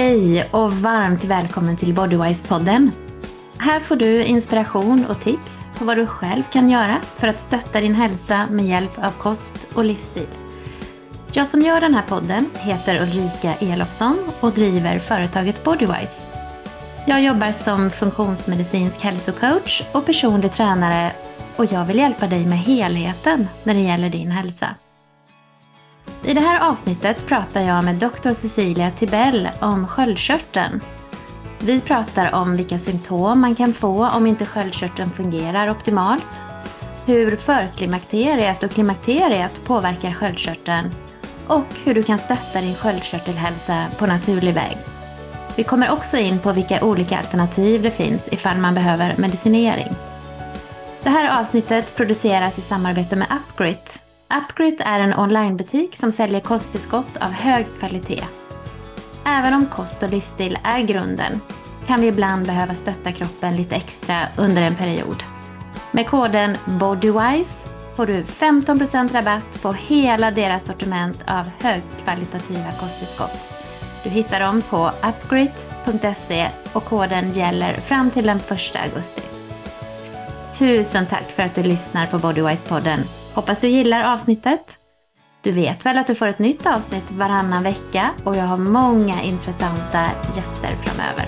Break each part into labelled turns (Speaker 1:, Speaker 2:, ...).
Speaker 1: Hej och varmt välkommen till Bodywise-podden. Här får du inspiration och tips på vad du själv kan göra för att stötta din hälsa med hjälp av kost och livsstil. Jag som gör den här podden heter Ulrika Elofsson och driver företaget Bodywise. Jag jobbar som funktionsmedicinsk hälsocoach och personlig tränare och jag vill hjälpa dig med helheten när det gäller din hälsa. I det här avsnittet pratar jag med Dr. Cecilia Tibell om sköldkörteln. Vi pratar om vilka symptom man kan få om inte sköldkörteln fungerar optimalt, hur förklimakteriet och klimakteriet påverkar sköldkörteln och hur du kan stötta din sköldkörtelhälsa på naturlig väg. Vi kommer också in på vilka olika alternativ det finns ifall man behöver medicinering. Det här avsnittet produceras i samarbete med UpGrit. UpGrit är en onlinebutik som säljer kosttillskott av hög kvalitet. Även om kost och livsstil är grunden kan vi ibland behöva stötta kroppen lite extra under en period. Med koden BODYWISE får du 15% rabatt på hela deras sortiment av högkvalitativa kosttillskott. Du hittar dem på upgrit.se och koden gäller fram till den 1 augusti. Tusen tack för att du lyssnar på Bodywise-podden. Hoppas du gillar avsnittet. Du vet väl att du får ett nytt avsnitt varannan vecka och jag har många intressanta gäster framöver.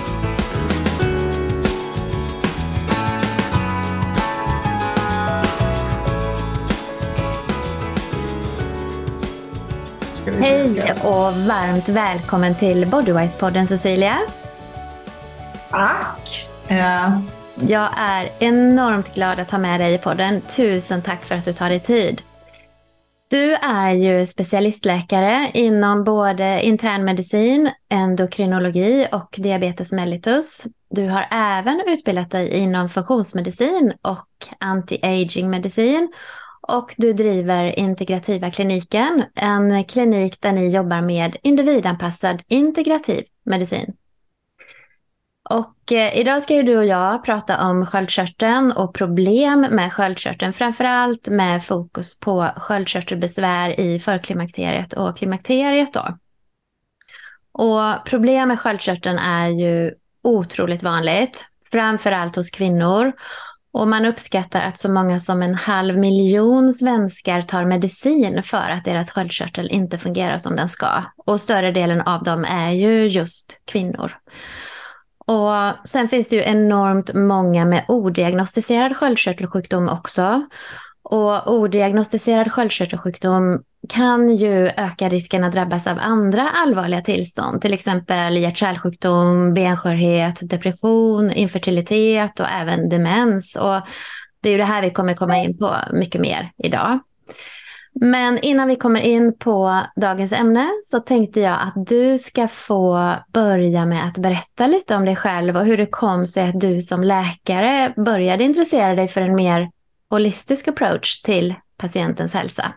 Speaker 1: Hej och varmt välkommen till Bodywise-podden, Cecilia.
Speaker 2: Tack.
Speaker 1: Jag är enormt glad att ha med dig i podden. Tusen tack för att du tar dig tid. Du är ju specialistläkare inom både internmedicin, endokrinologi och diabetes mellitus. Du har även utbildat dig inom funktionsmedicin och anti-aging medicin. Och du driver Integrativa kliniken, en klinik där ni jobbar med individanpassad integrativ medicin. Och idag ska ju du och jag prata om sköldkörteln och problem med sköldkörteln, framförallt med fokus på sköldkörtelbesvär i förklimakteriet och klimakteriet då. Och problem med sköldkörteln är ju otroligt vanligt, framförallt hos kvinnor. Och man uppskattar att så många som 500 000 svenskar tar medicin för att deras sköldkörtel inte fungerar som den ska. Och större delen av dem är ju just kvinnor. Och sen finns det ju enormt många med odiagnostiserad sköldkörtelsjukdom också. Och odiagnostiserad sköldkörtelsjukdom kan ju öka risken att drabbas av andra allvarliga tillstånd. Till exempel hjärt-kärlsjukdom, benskörhet, depression, infertilitet och även demens. Och det är ju det här vi kommer komma in på mycket mer idag. Men innan vi kommer in på dagens ämne så tänkte jag att du ska få börja med att berätta lite om dig själv och hur det kom sig att du som läkare började intressera dig för en mer holistisk approach till patientens hälsa.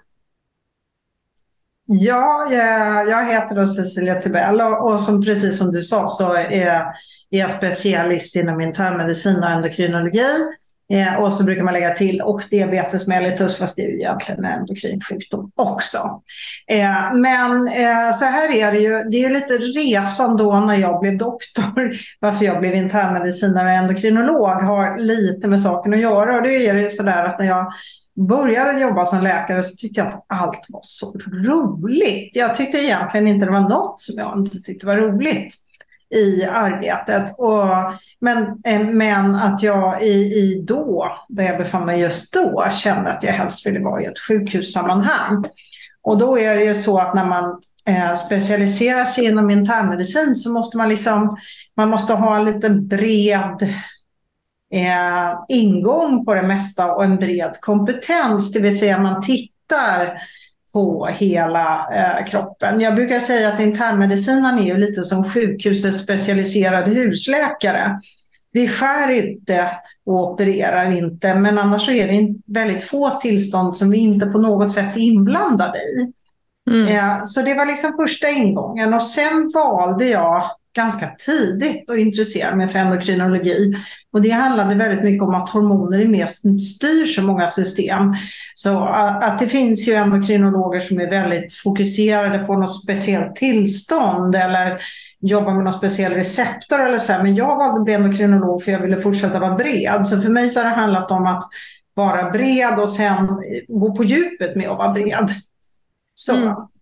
Speaker 2: Ja, jag heter då Cecilia Tibell och precis som du sa så är jag specialist inom internmedicin och endokrinologi. Och så brukar man lägga till och diabetes mellitus, fast det är ju egentligen en endokrinsjukdom också. Men så här är det är ju lite resan då när jag blev doktor, varför jag blev internmedicinare och endokrinolog har lite med saken att göra. Och det är ju sådär att när jag började jobba som läkare så tyckte jag att allt var så roligt. Jag tyckte egentligen inte det var något som jag inte tyckte var roligt i arbetet. Men att jag där jag befann mig just då, kände att jag helst ville vara i ett sjukhussammanhang. Och då är det ju så att när man specialiserar sig inom internmedicin så måste man måste ha en lite bred ingång på det mesta och en bred kompetens, det vill säga man tittar på hela kroppen. Jag brukar säga att internmedicinen är ju lite som sjukhusets specialiserade husläkare. Vi skär inte och opererar inte, men annars så är det väldigt få tillstånd som vi inte på något sätt är inblandade i. Så det var liksom första ingången och sen valde jag ganska tidigt och intresserade mig för endokrinologi. Och det handlade väldigt mycket om att hormoner är med styr så många system. Så att det finns ju endokrinologer som är väldigt fokuserade på något speciellt tillstånd eller jobbar med någon speciell receptor eller så här. Men jag valde att bli endokrinolog för jag ville fortsätta vara bred. Så för mig så har det handlat om att vara bred och sen gå på djupet med att vara bred. Så,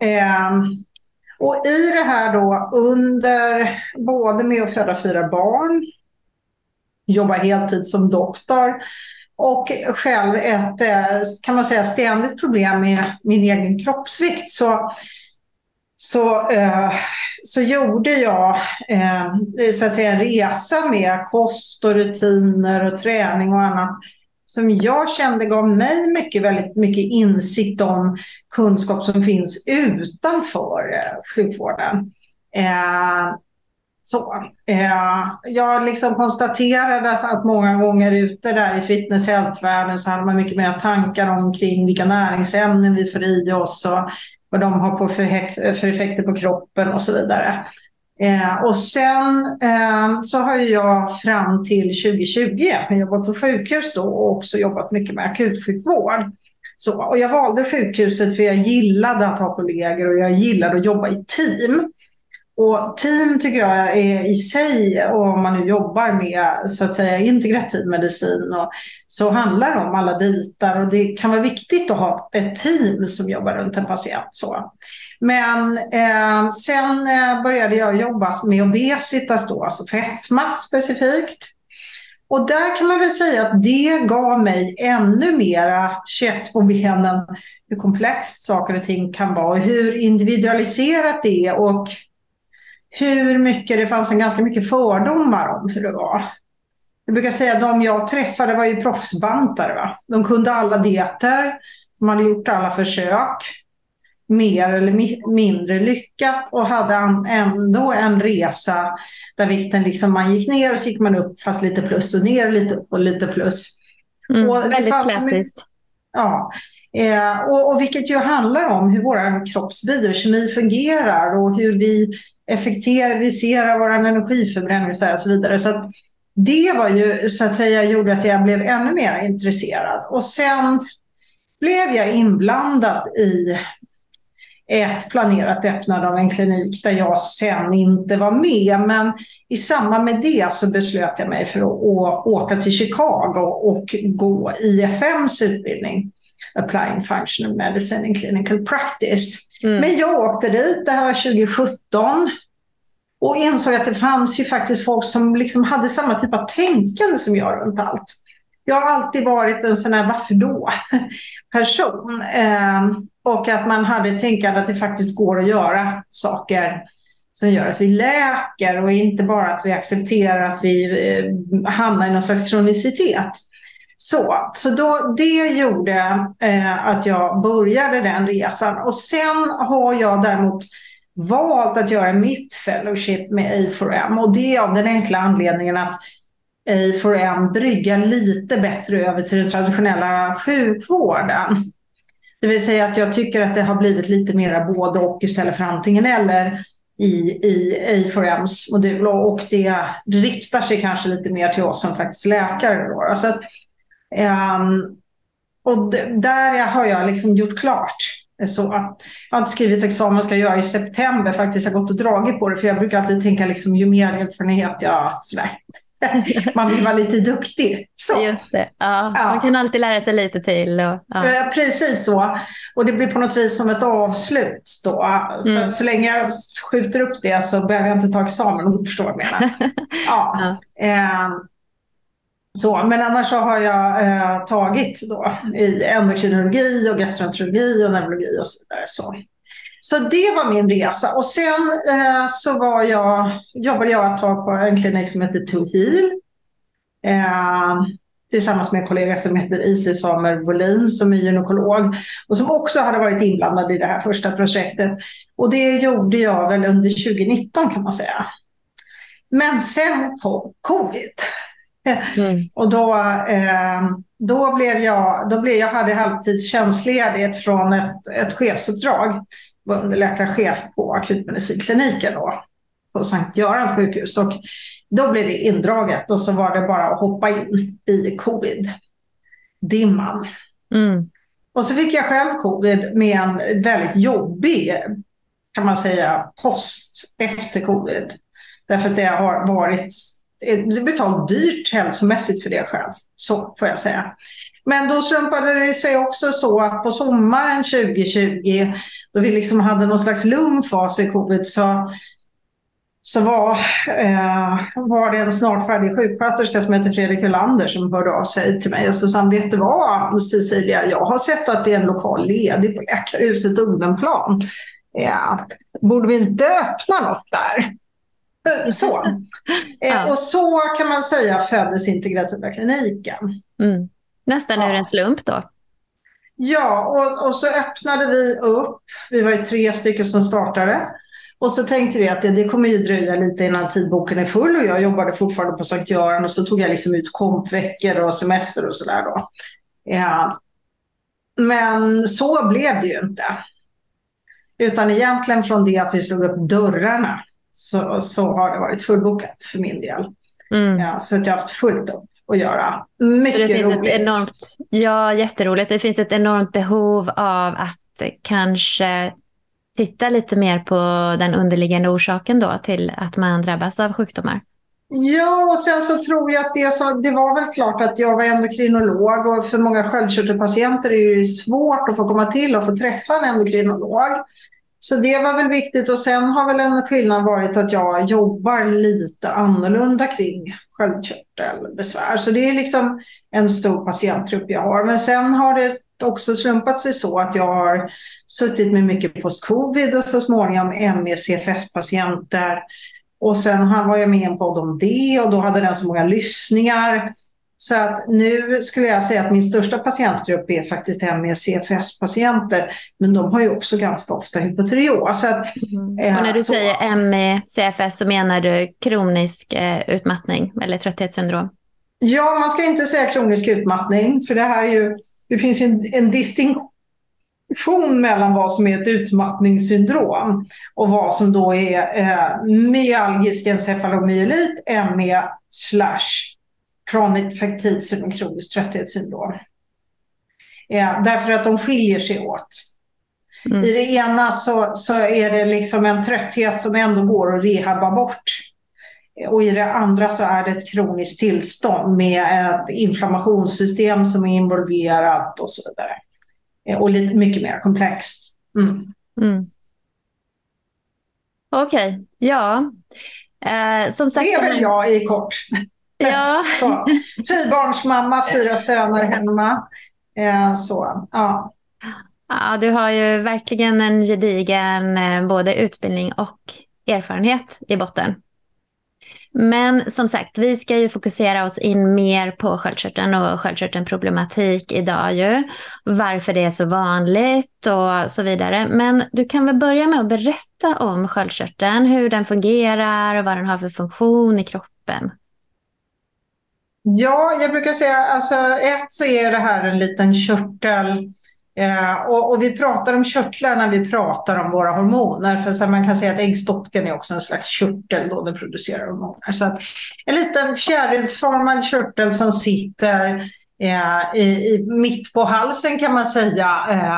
Speaker 2: och i det här då under både med att föda 4 barn, jobba heltid som doktor och själv ett, kan man säga, ständigt problem med min egen kroppsvikt så gjorde jag så att säga en resa med kost och rutiner och träning och annat som jag kände gav mig väldigt mycket insikt om kunskap som finns utanför sjukvården. Jag liksom konstaterade att många gånger ute där i fitness-health-världen så hade man mycket mer tankar omkring vilka näringsämnen vi får i oss och vad de har för effekter på kroppen och så vidare. Och sen så har jag fram till 2020 jobbat på sjukhus då och också jobbat mycket med akutsjukvård. Och jag valde sjukhuset för jag gillade att ha kollegor och jag gillade att jobba i team. Och team tycker jag är i sig, och om man nu jobbar med så att säga integrativ medicin och så handlar det om alla bitar och det kan vara viktigt att ha ett team som jobbar runt en patient. Så. Men sen började jag jobba med obesitas då, alltså fetma specifikt. Och där kan man väl säga att det gav mig ännu mera kött på benen, hur komplext saker och ting kan vara och hur individualiserat det är och hur mycket det fanns ganska mycket fördomar om hur det var. Jag brukar säga att de jag träffade var ju proffsbantare. Va? De kunde alla dieter, de hade gjort alla försök, mer eller mindre lyckat och hade ändå en resa där vikten liksom man gick ner och så gick man upp fast lite plus och ner lite upp och lite plus. Och
Speaker 1: väldigt klassiskt.
Speaker 2: Ja. Och vilket ju handlar om hur vår kropps biokemi fungerar och hur vi effektiviserar vår energiförbränning och så vidare. Så att det var ju så att säga gjorde att jag blev ännu mer intresserad. Och sen blev jag inblandad i ett planerat öppnande av en klinik där jag sen inte var med. Men i samband med det så beslöt jag mig för att åka till Chicago och gå IFMs utbildning. Applying Functional Medicine in Clinical Practice. Men jag åkte dit, det här var 2017 och insåg att det fanns ju faktiskt folk som liksom hade samma typ av tänkande som jag runt allt. Jag har alltid varit en sån här varför då person och att man hade tänkande att det faktiskt går att göra saker som gör att vi läker och inte bara att vi accepterar att vi hamnar i någon slags kronicitet. Så det gjorde att jag började den resan. Och sen har jag däremot valt att göra mitt fellowship med A4M. Och det är av den enkla anledningen att A4M bryggar lite bättre över till den traditionella sjukvården. Det vill säga att jag tycker att det har blivit lite mera både och istället för antingen eller i A4M's modul. Och det riktar sig kanske lite mer till oss som faktiskt läkare. Då. Så att, och där har jag liksom gjort klart. Så jag har inte skrivit examen, jag ska göra i september faktiskt. Jag har gått och dragit på det för jag brukar alltid tänka liksom, ju mer erfarenhet jag sådär. Man vill vara lite duktig. Så.
Speaker 1: Just det. Ja. Man kan alltid lära sig lite till.
Speaker 2: Precis så. Och det blir på något vis som ett avslut då. Så länge jag skjuter upp det så behöver jag inte ta examen om du förstår vad jag menar. Så, men annars så har jag tagit då i endokrinologi och gastroenterologi och neurologi och så vidare. Så det var min resa. Och sen så jobbade jag ett tag på en klinik som heter To Heal. Tillsammans med en kollega som heter Isis Samer Volin som är gynekolog. Och som också hade varit inblandad i det här första projektet. Och det gjorde jag väl under 2019 kan man säga. Men sen kom covid. Och då blev jag hade halvtids tjänstledighet från ett chefsuppdrag, var underläkarchef på akutmedicinkliniken då. på Sankt Görans sjukhus. Och då blev det indraget och så var det bara att hoppa in i covid-dimman.
Speaker 1: Mm.
Speaker 2: Och så fick jag själv covid med en väldigt jobbig, kan man säga, post efter covid. Därför att det har varit betalt dyrt hälsomässigt för det själv. Så får jag säga. Men då slumpade det sig också så att på sommaren 2020, då vi liksom hade någon slags lugn fas i covid, så var det en snart färdig sjuksköterska som heter Fredrik Hylander som hörde av sig till mig och så sa han, vet du vad Cecilia, jag har sett att det är en lokal ledig på Läkarhuset Odenplan. Ja, borde vi inte öppna något där? Så.
Speaker 1: Ja.
Speaker 2: Och så kan man säga föddes integrativa kliniken.
Speaker 1: Mm. Nästan ur en slump då.
Speaker 2: Ja, och så öppnade vi upp. Vi var ju 3 stycken som startade. Och så tänkte vi att det kommer ju dröja lite innan tidboken är full. Och jag jobbade fortfarande på Sankt Göran. Och så tog jag liksom ut kompveckor och semester och sådär då. Ja. Men så blev det ju inte. Utan egentligen från det att vi slog upp dörrarna så har det varit fullbokat för min del.
Speaker 1: Mm.
Speaker 2: Ja, så att jag har haft fullt upp att göra. Mycket
Speaker 1: det finns
Speaker 2: roligt.
Speaker 1: Ett enormt, ja, jätteroligt. Det finns ett enormt behov av att kanske titta lite mer på den underliggande orsaken då till att man drabbas av sjukdomar.
Speaker 2: Ja, och sen så tror jag att det var väl klart att jag var endokrinolog och för många sköldkörtelpatienter är det ju svårt att få komma till och få träffa en endokrinolog. Så det var väl viktigt och sen har väl en skillnad varit att jag jobbar lite annorlunda kring sköldkörtelbesvär. Så det är liksom en stor patientgrupp jag har. Men sen har det också slumpat sig så att jag har suttit med mycket post-covid och så småningom ME/CFS-patienter. Och sen var jag med i en podd om det och då hade den så många lyssningar. Så att nu skulle jag säga att min största patientgrupp är faktiskt ME/CFS-patienter. Men de har ju också ganska ofta hypotyreos.
Speaker 1: Och när du säger ME/CFS så menar du kronisk utmattning eller trötthetssyndrom?
Speaker 2: Ja, man ska inte säga kronisk utmattning. För det finns ju en distinktion mellan vad som är ett utmattningssyndrom och vad som då är myalgisk encefalomyelit, ME/chronic fatigue syndrom, kroniskt trötthetssyndrom. Därför att de skiljer sig åt. Mm. I det ena så är det liksom en trötthet som ändå går att rehabba bort. Och i det andra så är det ett kroniskt tillstånd med ett inflammationssystem som är involverat och så vidare. Och lite mycket mer komplext. Mm.
Speaker 1: Mm. Okej, ja. Som sagt,
Speaker 2: det är väl jag i kort.
Speaker 1: Ja.
Speaker 2: 4-barnsmamma, 4 söner hemma. Så, ja.
Speaker 1: Ja, du har ju verkligen en gedigen både utbildning och erfarenhet i botten. Men som sagt, vi ska ju fokusera oss in mer på sköldkörteln och sköldkörtelproblematik idag ju. Varför det är så vanligt och så vidare. Men du kan väl börja med att berätta om sköldkörteln, hur den fungerar och vad den har för funktion i kroppen.
Speaker 2: Ja, jag brukar säga, alltså så är det här en liten körtel. Och vi pratar om körtlar när vi pratar om våra hormoner. För så man kan säga att äggstocken är också en slags körtel då den producerar hormoner. Så att en liten fjärilsformad körtel som sitter mitt på halsen kan man säga.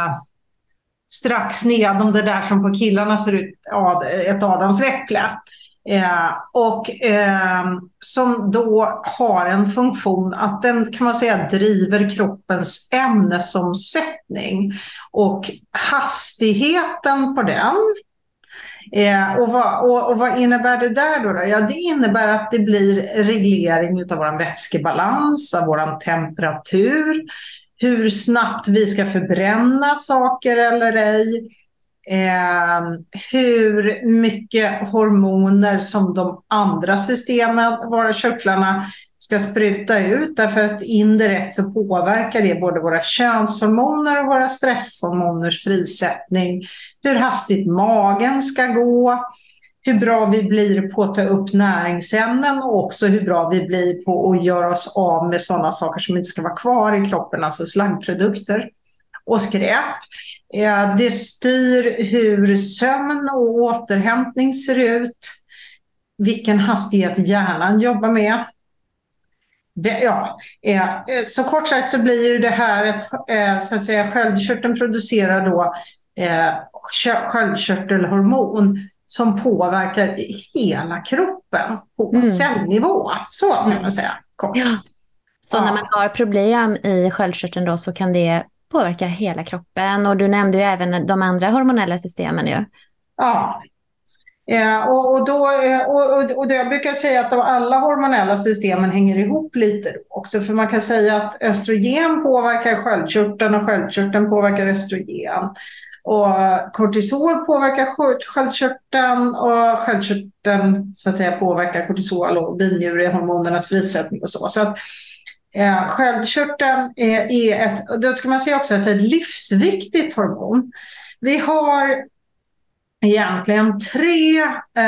Speaker 2: Strax nedom det där som på killarna ser ut ett adamsäpple. Som då har en funktion att den kan man säga driver kroppens ämnesomsättning och hastigheten på den. Och vad innebär det där då? Ja, det innebär att det blir reglering av vår vätskebalans, av vår temperatur, hur snabbt vi ska förbränna saker eller ej. Hur mycket hormoner som de andra systemen, våra körtlarna, ska spruta ut. Därför att indirekt så påverkar det både våra könshormoner och våra stresshormoners frisättning. Hur hastigt magen ska gå. Hur bra vi blir på att ta upp näringsämnen och också hur bra vi blir på att göra oss av med sådana saker som inte ska vara kvar i kroppen, alltså slaggprodukter och skräp. Det styr hur sömn och återhämtning ser ut. vilken hastighet hjärnan jobbar med. Ja, så kort sagt så blir ju det här så att säga, sköldkörteln producerar då sköldkörtelhormon som påverkar hela kroppen på cellnivå. Så kan man säga kort.
Speaker 1: Ja. Så när man har problem i sköldkörteln då så kan det påverka hela kroppen. Och du nämnde ju även de andra hormonella systemen ju.
Speaker 2: Ja. Och jag brukar säga att alla hormonella systemen hänger ihop lite också. För man kan säga att östrogen påverkar sköldkörteln och sköldkörteln påverkar östrogen. Och kortisol påverkar sköldkörteln och sköldkörteln så att säga påverkar kortisol och binjurehormonernas frisättning och så. Så att sköldkörteln är då ska man säga också att det är ett livsviktigt hormon. Vi har egentligen 3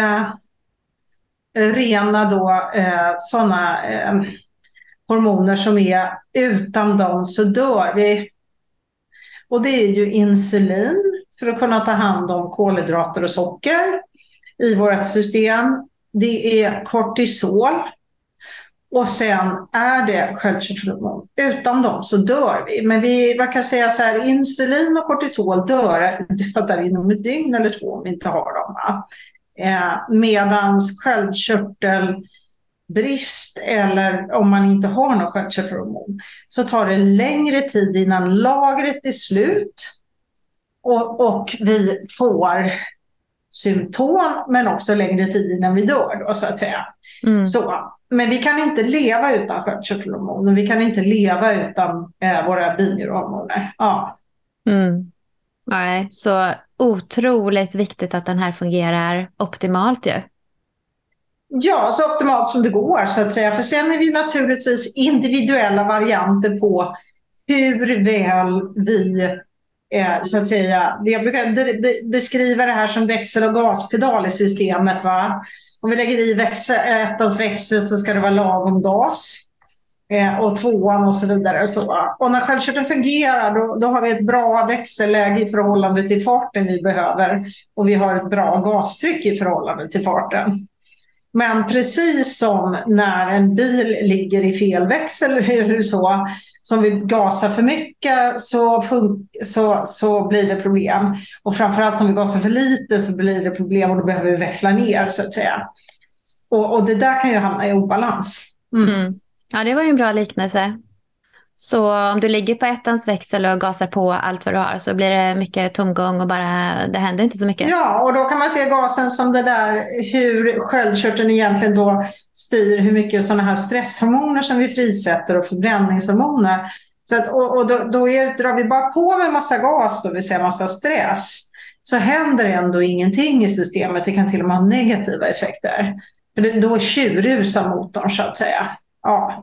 Speaker 2: rena då sådana hormoner som är utan dem så dör vi. Och det är ju insulin för att kunna ta hand om kolhydrater och socker i vårt system. Det är kortisol. Och sen är det sköldkörtelhormon. Utan dem så dör vi. Men man kan säga så här, insulin och kortisol dödar inom ett dygn eller 2 om vi inte har dem. Medan sköldkörtelbrist eller om man inte har någon sköldkörtelhormon så tar det längre tid innan lagret är slut. Och vi får symptom men också längre tid innan vi dör då, så att säga. Så. Men vi kan inte leva utan sköldkörtelhormoner. Vi kan inte leva utan våra binjurehormoner. Ja.
Speaker 1: Nej, så otroligt viktigt att den här fungerar optimalt ju.
Speaker 2: Ja, så optimalt som det går så att säga. För sen är det naturligtvis individuella varianter på hur väl vi så att säga, jag brukar beskriva det här som växel- och gaspedal i systemet. Va? Om vi lägger i ettans växel så ska det vara lagom gas och 2:an och så vidare. Och när sköldkörteln fungerar då har vi ett bra växelläge i förhållande till farten vi behöver och vi har ett bra gastryck i förhållande till farten. Men precis som när en bil ligger i fel växel eller så, som vi gasar för mycket så blir det problem. Och framförallt om vi gasar för lite så blir det problem och då behöver vi växla ner så att säga. Och det där kan ju hamna i obalans.
Speaker 1: Ja, det var ju en bra liknelse. Så om du ligger på ettans växel och gasar på allt vad du har så blir det mycket tomgång och det händer inte så mycket.
Speaker 2: Ja, och då kan man se gasen som det där hur sköldkörteln egentligen då styr hur mycket sådana här stresshormoner som vi frisätter och förbränningshormoner. Så att, drar vi bara på med massa gas, då vill säga massa stress, så händer ändå ingenting i systemet. Det kan till och med ha negativa effekter. Då tjurrusar motorn så att säga. Ja.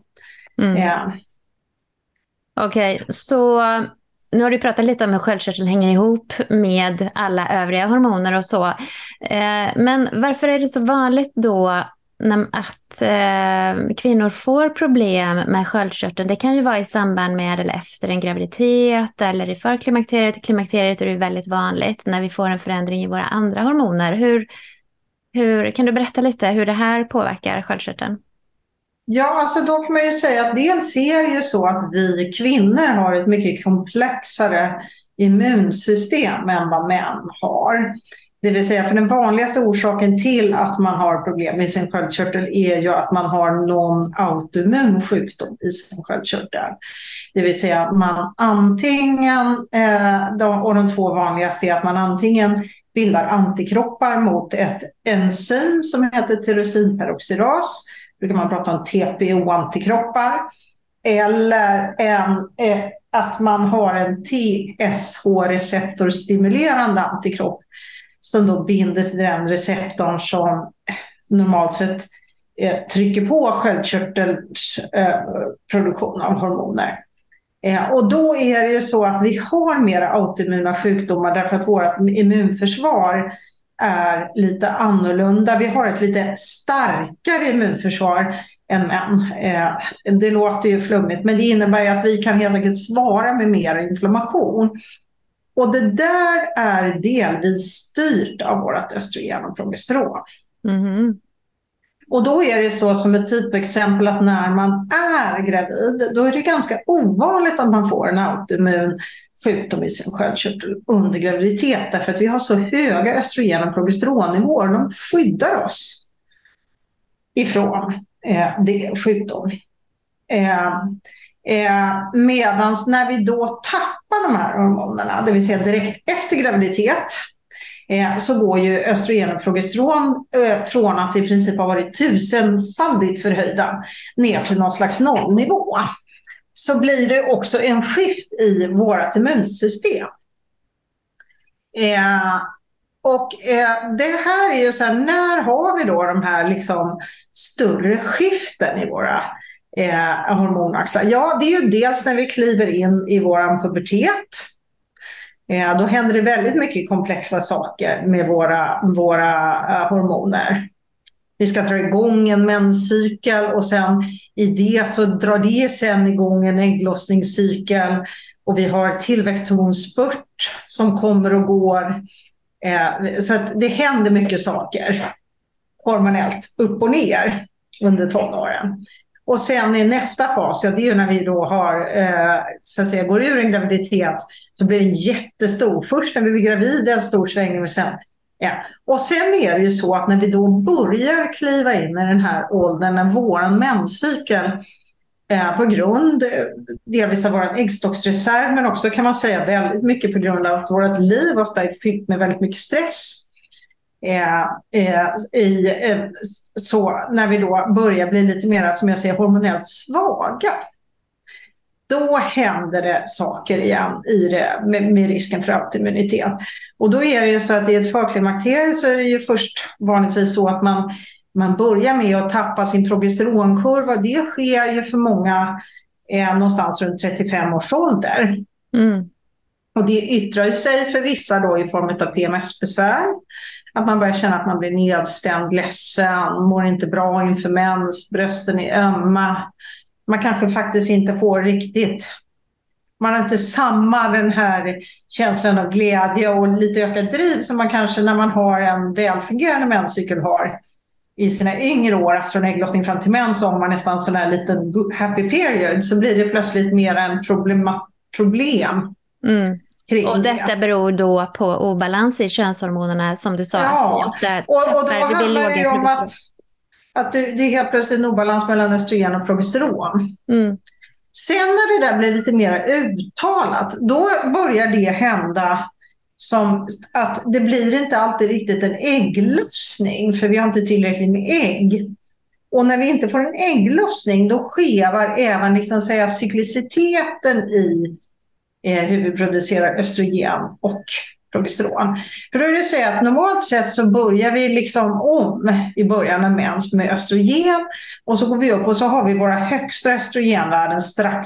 Speaker 1: Okej, så nu har du pratat lite om hur sköldkörteln hänger ihop med alla övriga hormoner och så. Men varför är det så vanligt då att kvinnor får problem med sköldkörteln? Det kan ju vara i samband med eller efter en graviditet eller i förklimakteriet. I klimakteriet är det väldigt vanligt när vi får en förändring i våra andra hormoner. Kan du berätta lite hur det här påverkar sköldkörteln?
Speaker 2: Ja, alltså då kan man ju säga att dels är det ju så att vi kvinnor har ett mycket komplexare immunsystem än vad män har. Det vill säga, för den vanligaste orsaken till att man har problem med sin sköldkörtel är ju att man har någon autoimmun sjukdom i sin sköldkörtel. Det vill säga att man antingen, och de 2 vanligaste är att man antingen bildar antikroppar mot ett enzym som heter tyrosinperoxidas, brukar man prata om TPO-antikroppar, eller att man har en TSH-receptorstimulerande antikropp som då binder till den receptorn som normalt sett trycker på sköldkörtelns produktion av hormoner. Och då är det ju så att vi har mer autoimmuna sjukdomar därför att vårt immunförsvar är lite annorlunda. Vi har ett lite starkare immunförsvar än män. Det låter ju flummigt, men det innebär ju att vi kan helt enkelt svara med mer inflammation. Och det där är delvis styrt av vårt östrogen och progesteron. Och då är det så som ett typexempel att när man är gravid, då är det ganska ovanligt att man får en autoimmun sjukdom i sin sköldkörtel under graviditet, därför att vi har så höga östrogen- och progesteronnivåer. De skyddar oss ifrån sjukdom. Medan när vi då tappar de här hormonerna, det vill säga direkt efter graviditet, så går ju östrogen och progesteron från att i princip ha varit 1000-faldigt förhöjda ner till någon slags nollnivå. Så blir det också en skift i vårt immunsystem. Det här är ju så här, när har vi då de här liksom större skiften i våra hormonaxlar? Ja, det är ju dels när vi kliver in i vår pubertet. Då händer det väldigt mycket komplexa saker med våra hormoner. Vi ska dra igång en menscykel och sen i det så drar det sen igång en ägglossningscykel. Och vi har tillväxthormonspurt som kommer och går. Så att det händer mycket saker hormonellt upp och ner under tonåren. Och sen i nästa fas, det är ju när vi då har, så att säga, går ur en graviditet, så blir det en jättestor, först när vi blir gravida en stor svängning, men sen, och sen är det ju så att när vi då börjar kliva in i den här åldern, när våran menscykel på grund delvis av vår äggstocksreserv, men också kan man säga väldigt mycket på grund av att vårt liv ofta är fyllt med väldigt mycket stress. Så när vi då börjar bli lite mer, som jag säger, hormonellt svaga, då händer det saker igen i det med risken för autoimmunitet. Och då är det ju så att i ett förklimakterie så är det ju först vanligtvis så att man börjar med att tappa sin progesteronkurva. Det sker ju för många någonstans runt 35 års ålder.
Speaker 1: Mm.
Speaker 2: Och det yttrar sig för vissa då i form av PMS-besvär. Att man börjar känna att man blir nedstämd, ledsen, mår inte bra inför mens, brösten är ömma. Man kanske faktiskt inte får riktigt, man har inte samma den här känslan av glädje och lite ökad driv som man kanske när man har en välfungerande menscykel har i sina yngre år. Från ägglossning fram till mens, så har man nästan sån här liten happy period, så blir det plötsligt mer en problem.
Speaker 1: Mm. Och detta beror då på obalans i könshormonerna, som du sa.
Speaker 2: Ja, och då handlar det ju om att det är helt plötsligt en obalans mellan östrogen och progesteron.
Speaker 1: Mm.
Speaker 2: Sen när det där blir lite mer uttalat, då börjar det hända som att det blir inte alltid riktigt en ägglossning, för vi har inte tillräckligt med ägg. Och när vi inte får en ägglossning, då skevar även liksom, säga, cykliciteten i hur vi producerar östrogen och progesteron. För då är det så att normalt sett så börjar vi liksom om i början av mens med östrogen, och så går vi upp och så har vi våra högsta östrogenvärden strax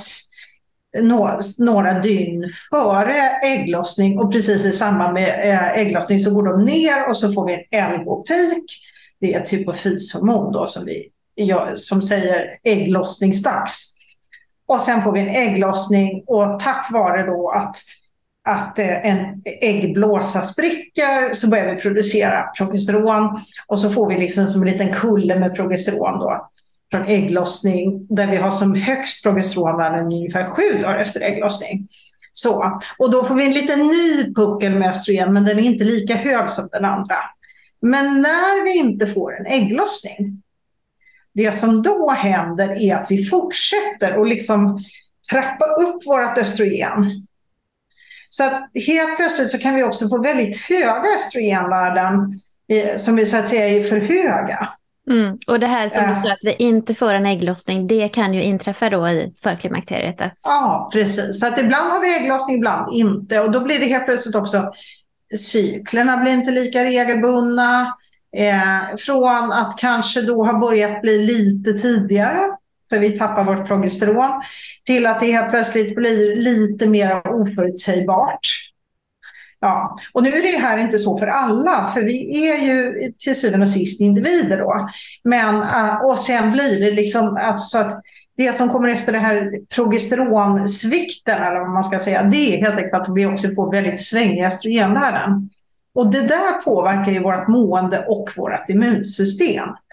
Speaker 2: några dygn före ägglossning, och precis i samband med ägglossning så går de ner och så får vi en LH-peak. Det är ett hypofyshormon då som säger ägglossningsdags. Och sen får vi en ägglossning, och tack vare då att en äggblåsa spricker så börjar vi producera progesteron, och så får vi liksom som en liten kulle med progesteron då från ägglossning, där vi har som högst progesteronvärden ungefär 7 dagar efter ägglossning. Så, och då får vi en liten ny puckel med östrogen, men den är inte lika hög som den andra. Men när vi inte får en ägglossning, det som då händer är att vi fortsätter att liksom trappa upp vårt östrogen. Så att helt plötsligt så kan vi också få väldigt höga östrogenvärden som vi så att säga är för höga.
Speaker 1: Mm. Och det här som du sa, att vi inte får en ägglossning, det kan ju inträffa då i förklimakteriet.
Speaker 2: Ja, precis. Så att ibland har vi ägglossning, ibland inte. Och då blir det helt plötsligt också, cyklerna blir inte lika regelbundna. Från att kanske då ha börjat bli lite tidigare, för vi tappar vårt progesteron, till att det helt plötsligt blir lite mer oförutsägbart. Ja, och nu är det här inte så för alla, för vi är ju till syvende och sist individer då. Men, och sen blir det liksom alltså att det som kommer efter det här progesteronsvikten, eller vad man ska säga, det är helt enkelt att vi också får väldigt svängiga östrogenvärden. Och det där påverkar ju vårt mående och vårt immunsystem.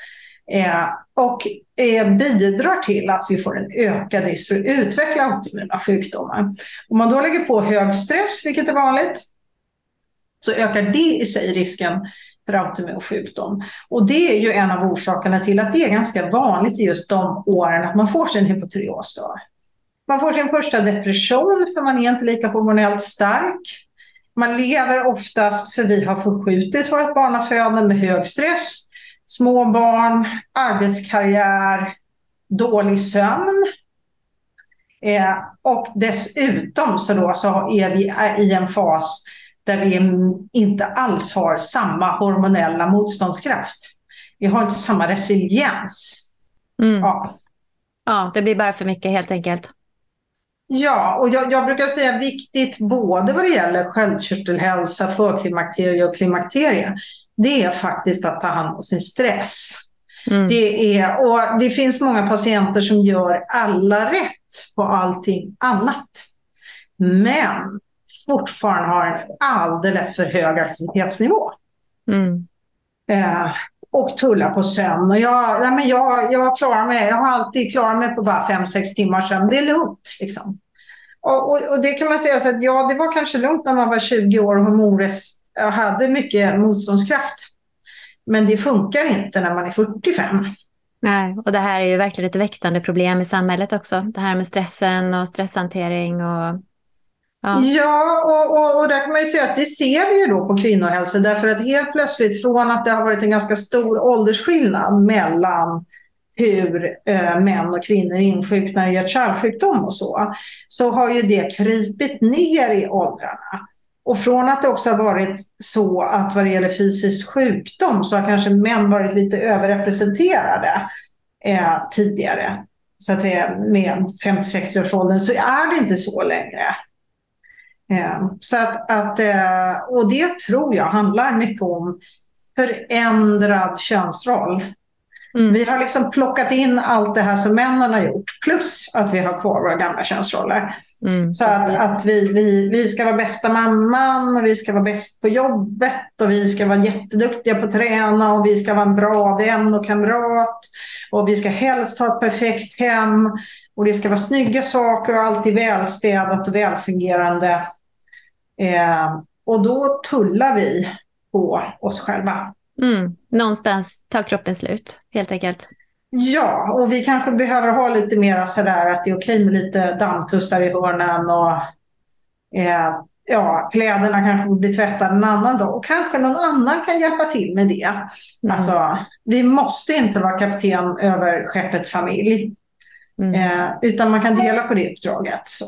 Speaker 2: Och bidrar till att vi får en ökad risk för att utveckla autoimmuna sjukdomar. Om man då lägger på hög stress, vilket är vanligt, så ökar det i sig risken för autoimmun sjukdom. Och det är ju en av orsakerna till att det är ganska vanligt i just de åren att man får sin hypotyreos då. Man får sin första depression för man är inte lika hormonellt stark. Man lever oftast, för vi har förskjutit vårt barnafödande med hög stress, små barn, arbetskarriär, dålig sömn. Och dessutom så är vi i en fas där vi inte alls har samma hormonella motståndskraft. Vi har inte samma resiliens.
Speaker 1: Ja, det blir bara för mycket helt enkelt.
Speaker 2: Ja, och jag brukar säga viktigt både vad det gäller sköldkörtelhälsa, förklimakterie och klimakterie. Det är faktiskt att ta hand om sin stress. Det finns många patienter som gör alla rätt på allting annat. Men fortfarande har en alldeles för hög aktivitetsnivå. Och tullar på sömn. Och jag klarar mig. Jag har alltid klarat mig på bara 5-6 timmar sömn. Det är lugnt liksom. Och det kan man säga så att det var kanske lugnt när man var 20 år och hade mycket motståndskraft. Men det funkar inte när man är 45.
Speaker 1: Nej, och det här är ju verkligen ett växande problem i samhället också. Det här med stressen och stresshantering och...
Speaker 2: Ja, och där kan man ju säga att det ser vi ju då på kvinnohälsa, därför att helt plötsligt från att det har varit en ganska stor åldersskillnad mellan hur män och kvinnor insjuknar i hjärt-kärlsjukdom och så har ju det krypit ner i åldrarna. Och från att det också har varit så att vad det gäller fysisk sjukdom så har kanske män varit lite överrepresenterade tidigare. Så att säga med 50-60-årsåldern så är det inte så längre. Så och det tror jag handlar mycket om förändrad könsroll. Vi har liksom plockat in allt det här som männen har gjort, plus att vi har kvar våra gamla könsroller. Så att vi ska vara bästa mamman och vi ska vara bäst på jobbet och vi ska vara jätteduktiga på att träna och vi ska vara en bra vän och kamrat och vi ska helst ha ett perfekt hem och det ska vara snygga saker och alltid välstädat och välfungerande. Och då tullar vi på oss själva.
Speaker 1: Någonstans tar kroppen slut, helt enkelt.
Speaker 2: Ja, och vi kanske behöver ha lite mer sådär att det är okej med lite dammtussar i hörnen och kläderna kanske blir tvättade en annan dag och kanske någon annan kan hjälpa till med det. Alltså, vi måste inte vara kapten över skeppet familj utan man kan dela på det uppdraget. Så.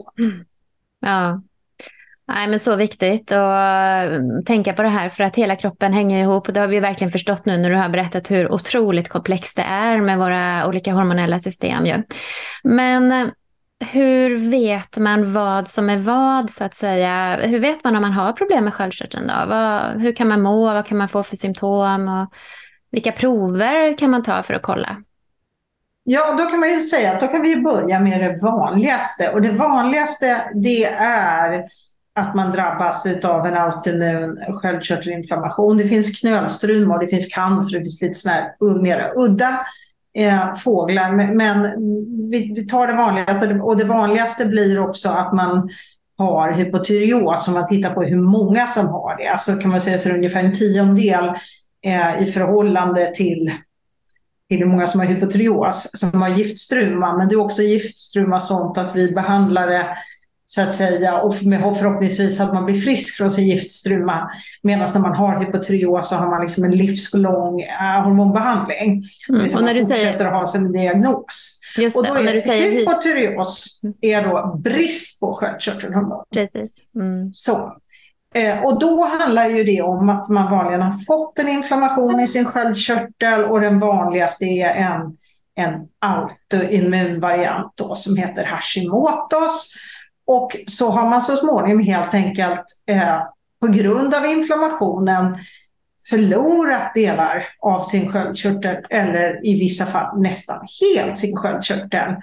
Speaker 1: Ja. Nej, men så viktigt att tänka på det här för att hela kroppen hänger ihop och det har vi verkligen förstått nu när du har berättat hur otroligt komplext det är med våra olika hormonella system. Ju. Men hur vet man vad som är vad så att säga? Hur vet man om man har problem med sköldkörteln då? Hur kan man må? Vad kan man få för symptom? Och vilka prover kan man ta för att kolla?
Speaker 2: Ja, då kan man ju säga att då kan vi börja med det vanligaste. Och det vanligaste det är att man drabbas av en autoimmun sköldkörtelinflammation. Det finns knölstruma och det finns cancer, det finns lite sådana här mer udda fåglar. Men vi tar det vanligaste och det vanligaste blir också att man har hypotyreos om man tittar på hur många som har det. Alltså kan man säga så ungefär en 10-del i förhållande till hur många som har hypotyreos som har giftstruma. Men det är också giftstruma sånt att vi behandlar det så att säga och förhoppningsvis att man blir frisk från sin giftstruma. Medan när man har hypotyreos så har man liksom en livslång hormonbehandling. Och när du fortsätter att ha sin diagnos.
Speaker 1: Just det.
Speaker 2: Och då är hypotyreos är då brist på sköldkörtelhormon.
Speaker 1: Precis.
Speaker 2: Så. Och då handlar ju det om att man vanligen har fått en inflammation i sin sköldkörtel och den vanligaste är en autoimmun variant då, som heter Hashimotos. Och så har man så småningom helt enkelt på grund av inflammationen förlorat delar av sin sköldkörtel eller i vissa fall nästan helt sin sköldkörtel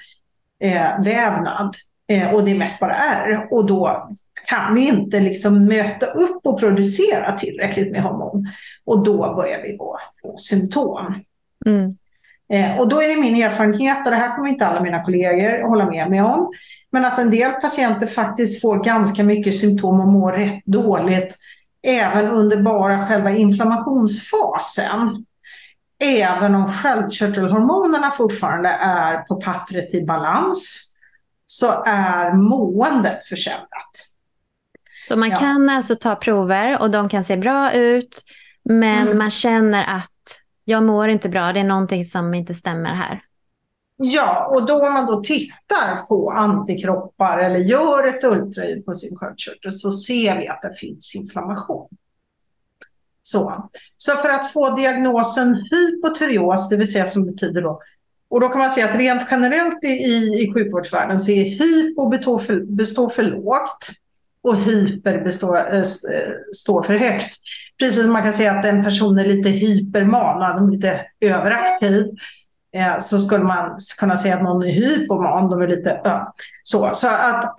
Speaker 2: vävnad. Och det är mest bara är. Och då kan vi inte liksom möta upp och producera tillräckligt med hormon. Och då börjar vi få symptom. Och då är det min erfarenhet, och det här kommer inte alla mina kollegor hålla med mig om, men att en del patienter faktiskt får ganska mycket symptom och mår rätt dåligt även under bara själva inflammationsfasen. Även om sköldkörtelhormonerna fortfarande är på pappret i balans, så är måendet försämrat.
Speaker 1: Så man kan alltså ta prover och de kan se bra ut, men man känner att jag mår inte bra, det är någonting som inte stämmer här.
Speaker 2: Ja, och då om man då tittar på antikroppar eller gör ett ultraljud på sin sköldkörtel, så ser vi att det finns inflammation. Så för att få diagnosen hypotyreos, det vill säga som betyder då, och då kan man säga att rent generellt i sjukvårdsvärlden så är hypo består för lågt och hyper står för högt. Precis som man kan säga att en person är lite hyperman, lite överaktiv, så skulle man kunna säga att någon är hypoman, de är lite så att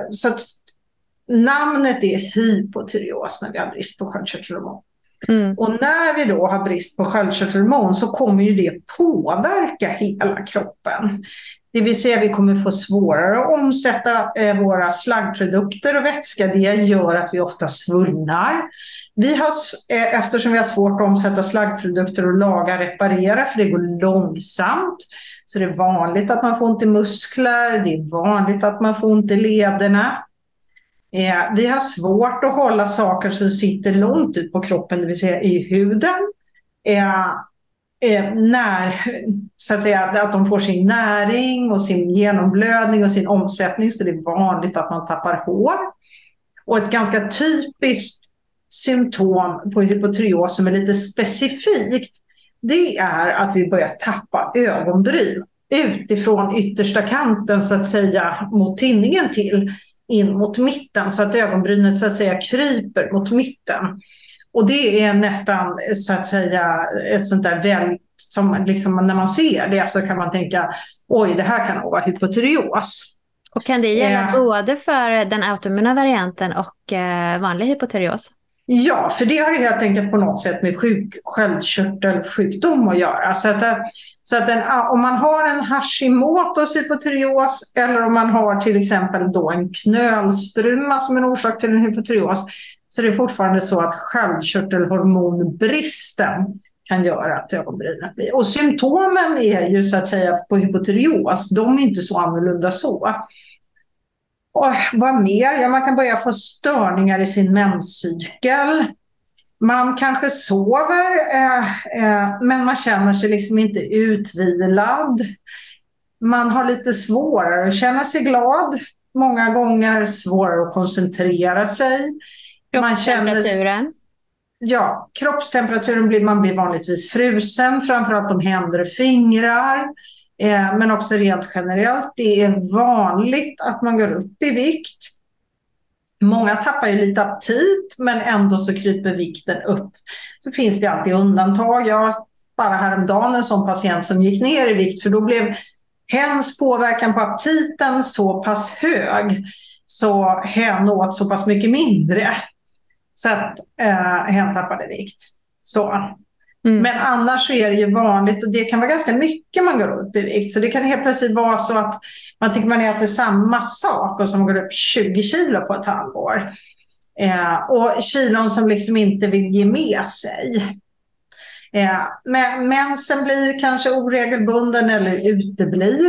Speaker 2: namnet är hypotyreos när vi har brist på sköldkörtelhormon. Och när vi då har brist på sköldkörtelhormon så kommer ju det påverka hela kroppen. Det vill säga vi kommer få svårare att omsätta våra slaggprodukter och vätska. Det gör att vi ofta svullnar. Eftersom vi har svårt att omsätta slaggprodukter och laga, reparera, för det går långsamt. Så det är vanligt att man får ont i muskler, det är vanligt att man får ont i lederna. Vi har svårt att hålla saker som sitter långt ut på kroppen, det vill säga i huden. Så att säga att de får sin näring och sin genomblödning och sin omsättning, så det är vanligt att man tappar hår. Och ett ganska typiskt symptom på hypotyreos som är lite specifikt, det är att vi börjar tappa ögonbryn utifrån yttersta kanten så att säga mot tinningen in mot mitten, så att ögonbrynet så att säga kryper mot mitten. Och det är nästan så att säga ett sånt där väl som liksom när man ser det så kan man tänka, oj, det här kan nog vara hypotyreos.
Speaker 1: Och kan det gälla både för den autoimmuna varianten och vanlig hypotyreos?
Speaker 2: Ja, för det har ju helt enkelt på något sätt med sköldkörtelsjukdom att göra. Så att om man har en Hashimotos hypotyreos eller om man har till exempel då en knölstruma som en orsak till en hypotyreos, så det är fortfarande så att sköldkörtelhormonbristen kan göra att ögonbrynet blir. Och symptomen är ju så att säga på hypotyreos, de är inte så annorlunda så. Och vad mer? Ja, man kan börja få störningar i sin menscykel. Man kanske sover, men man känner sig liksom inte utvilad. Man har lite svårare att känna sig glad. Många gånger svårare att koncentrera sig.
Speaker 1: Kroppstemperaturen?
Speaker 2: Ja, kroppstemperaturen man blir vanligtvis frusen, framförallt om händer och fingrar. Men också rent generellt, det är vanligt att man går upp i vikt. Många tappar ju lite aptit, men ändå så kryper vikten upp. Så finns det alltid undantag. Jag bara häromdagen en sån patient som gick ner i vikt, för då blev hens påverkan på aptiten så pass hög så hen åt så pass mycket mindre så att hen tappade vikt. Så. Men annars så är det ju vanligt, och det kan vara ganska mycket man går upp i vikt. Så det kan helt plötsligt vara så att man tycker man äter samma sak och som går upp 20 kilo på ett halvår. Och kilon som liksom inte vill ge med sig. Men mensen blir kanske oregelbunden eller uteblir.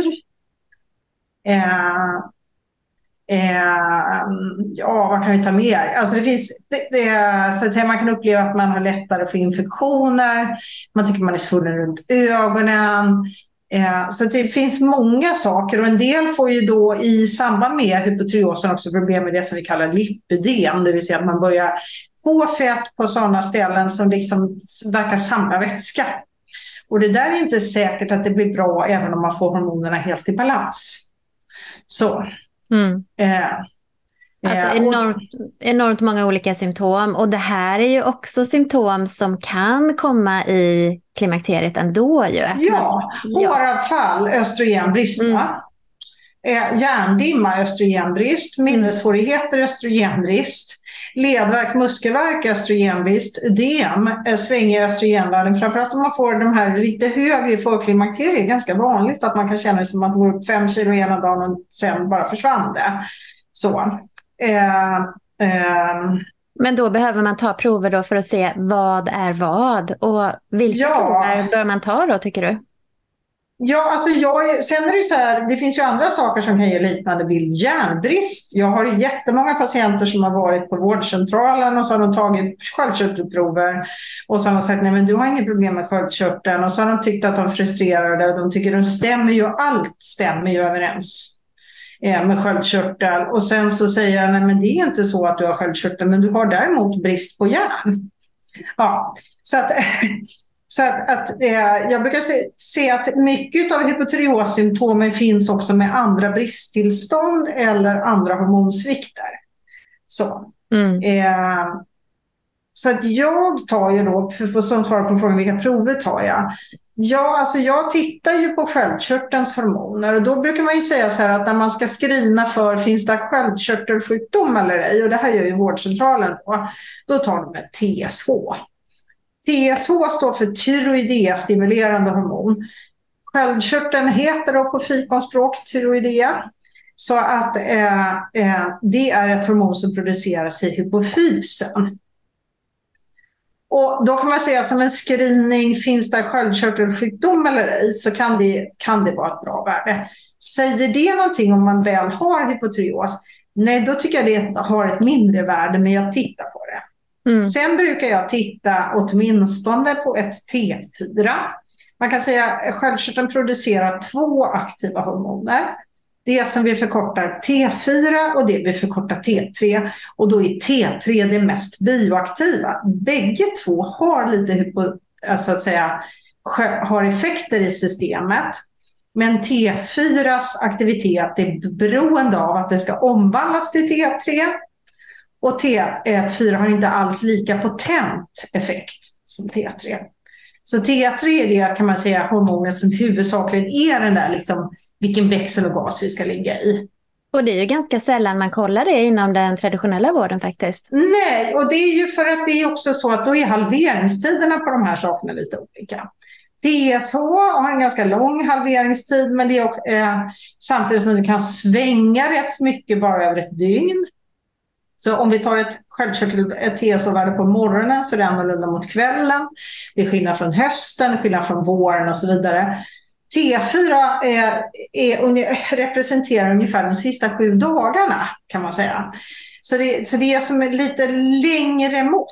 Speaker 2: Ja, vad kan vi ta mer? Alltså det finns, så att man kan uppleva att man har lättare att få infektioner. Man tycker man är svullen runt ögonen. Så det finns många saker, och en del får ju då i samband med hypotyreosen också problem med det som vi kallar lipödem, det vill säga att man börjar få fett på sådana ställen som liksom verkar samla vätska. Och det där är inte säkert att det blir bra även om man får hormonerna helt i balans. Så.
Speaker 1: Alltså enormt många olika symptom, och det här är ju också symptom som kan komma i klimakteriet ändå ju.
Speaker 2: Håravfall, östrogenbrist, hjärndimma, östrogenbrist, minnessvårigheter, östrogenbrist. ledvärk, muskelvärk, östrogenbrist, ödem, svängiga östrogenvärden. Framförallt om man får de här lite högre i förklimakteriet, det är ganska vanligt att man kan känna det som att man går upp 5 kilo ena dagen och sen bara försvann det. Så.
Speaker 1: Men då behöver man ta prover då för att se vad är vad, och vilka prover bör man ta då, tycker du?
Speaker 2: Ja, alltså sen är det ju så här, det finns ju andra saker som kan ge liknande bild. Järnbrist. Jag har jättemånga patienter som har varit på vårdcentralen och så har de tagit sköldkörtelprover och så har de sagt, nej men du har inget problem med sköldkörteln, och så har de tyckt att de är frustrerade och de tycker att allt stämmer ju överens med sköldkörtel, och sen så säger jag, nej men det är inte så att du har sköldkörtel, men du har däremot brist på järn. Ja, så att jag brukar se att mycket av hypotyreossymptomen finns också med andra bristtillstånd eller andra hormonsvikter. Så. Så att jag tar ju då, som svar på frågan vilka prover tar jag? Ja, alltså jag tittar ju på sköldkörtelns hormoner, och då brukar man ju säga så här att när man ska screena för finns det sköldkörtelsjukdom eller ej, och det här gör ju vårdcentralen då tar de ett TSH. TSH står för tyroidea-stimulerande hormon. Sköldkörteln heter då på fikonspråk tyroidea. Så att det är ett hormon som produceras i hypofysen. Och då kan man säga som en screening, finns det sköldkörtelsjukdom eller ej, så kan det vara ett bra värde. Säger det någonting om man väl har hypotyreos? Nej, då tycker jag det har ett mindre värde, men jag tittar på det. Sen brukar jag titta åtminstone på ett T4. Man kan säga att sköldkörteln producerar 2 aktiva hormoner. Det som vi förkortar T4 och det vi förkortar T3. Och då är T3 det mest bioaktiva. Bägge två har lite så att säga, har effekter i systemet. Men T4s aktivitet är beroende av att det ska omvandlas till T3. Och T4 har inte alls lika potent effekt som T3. Så T3 är det, kan man säga, hormonet som huvudsakligen är den där liksom, vilken växel och gas vi ska ligga i.
Speaker 1: Och det är ju ganska sällan man kollar det inom den traditionella vården faktiskt.
Speaker 2: Nej, och det är ju för att det är också så att då är halveringstiderna på de här sakerna lite olika. TSH har en ganska lång halveringstid, men det är samtidigt som det kan svänga rätt mycket bara över ett dygn. Så om vi tar ett TSH-värde på morgonen så är det annorlunda mot kvällen. Det är skillnad från hösten, skillnad från våren och så vidare. T4 representerar ungefär de sista 7 dagarna, kan man säga. Så det är som ett lite längre mått.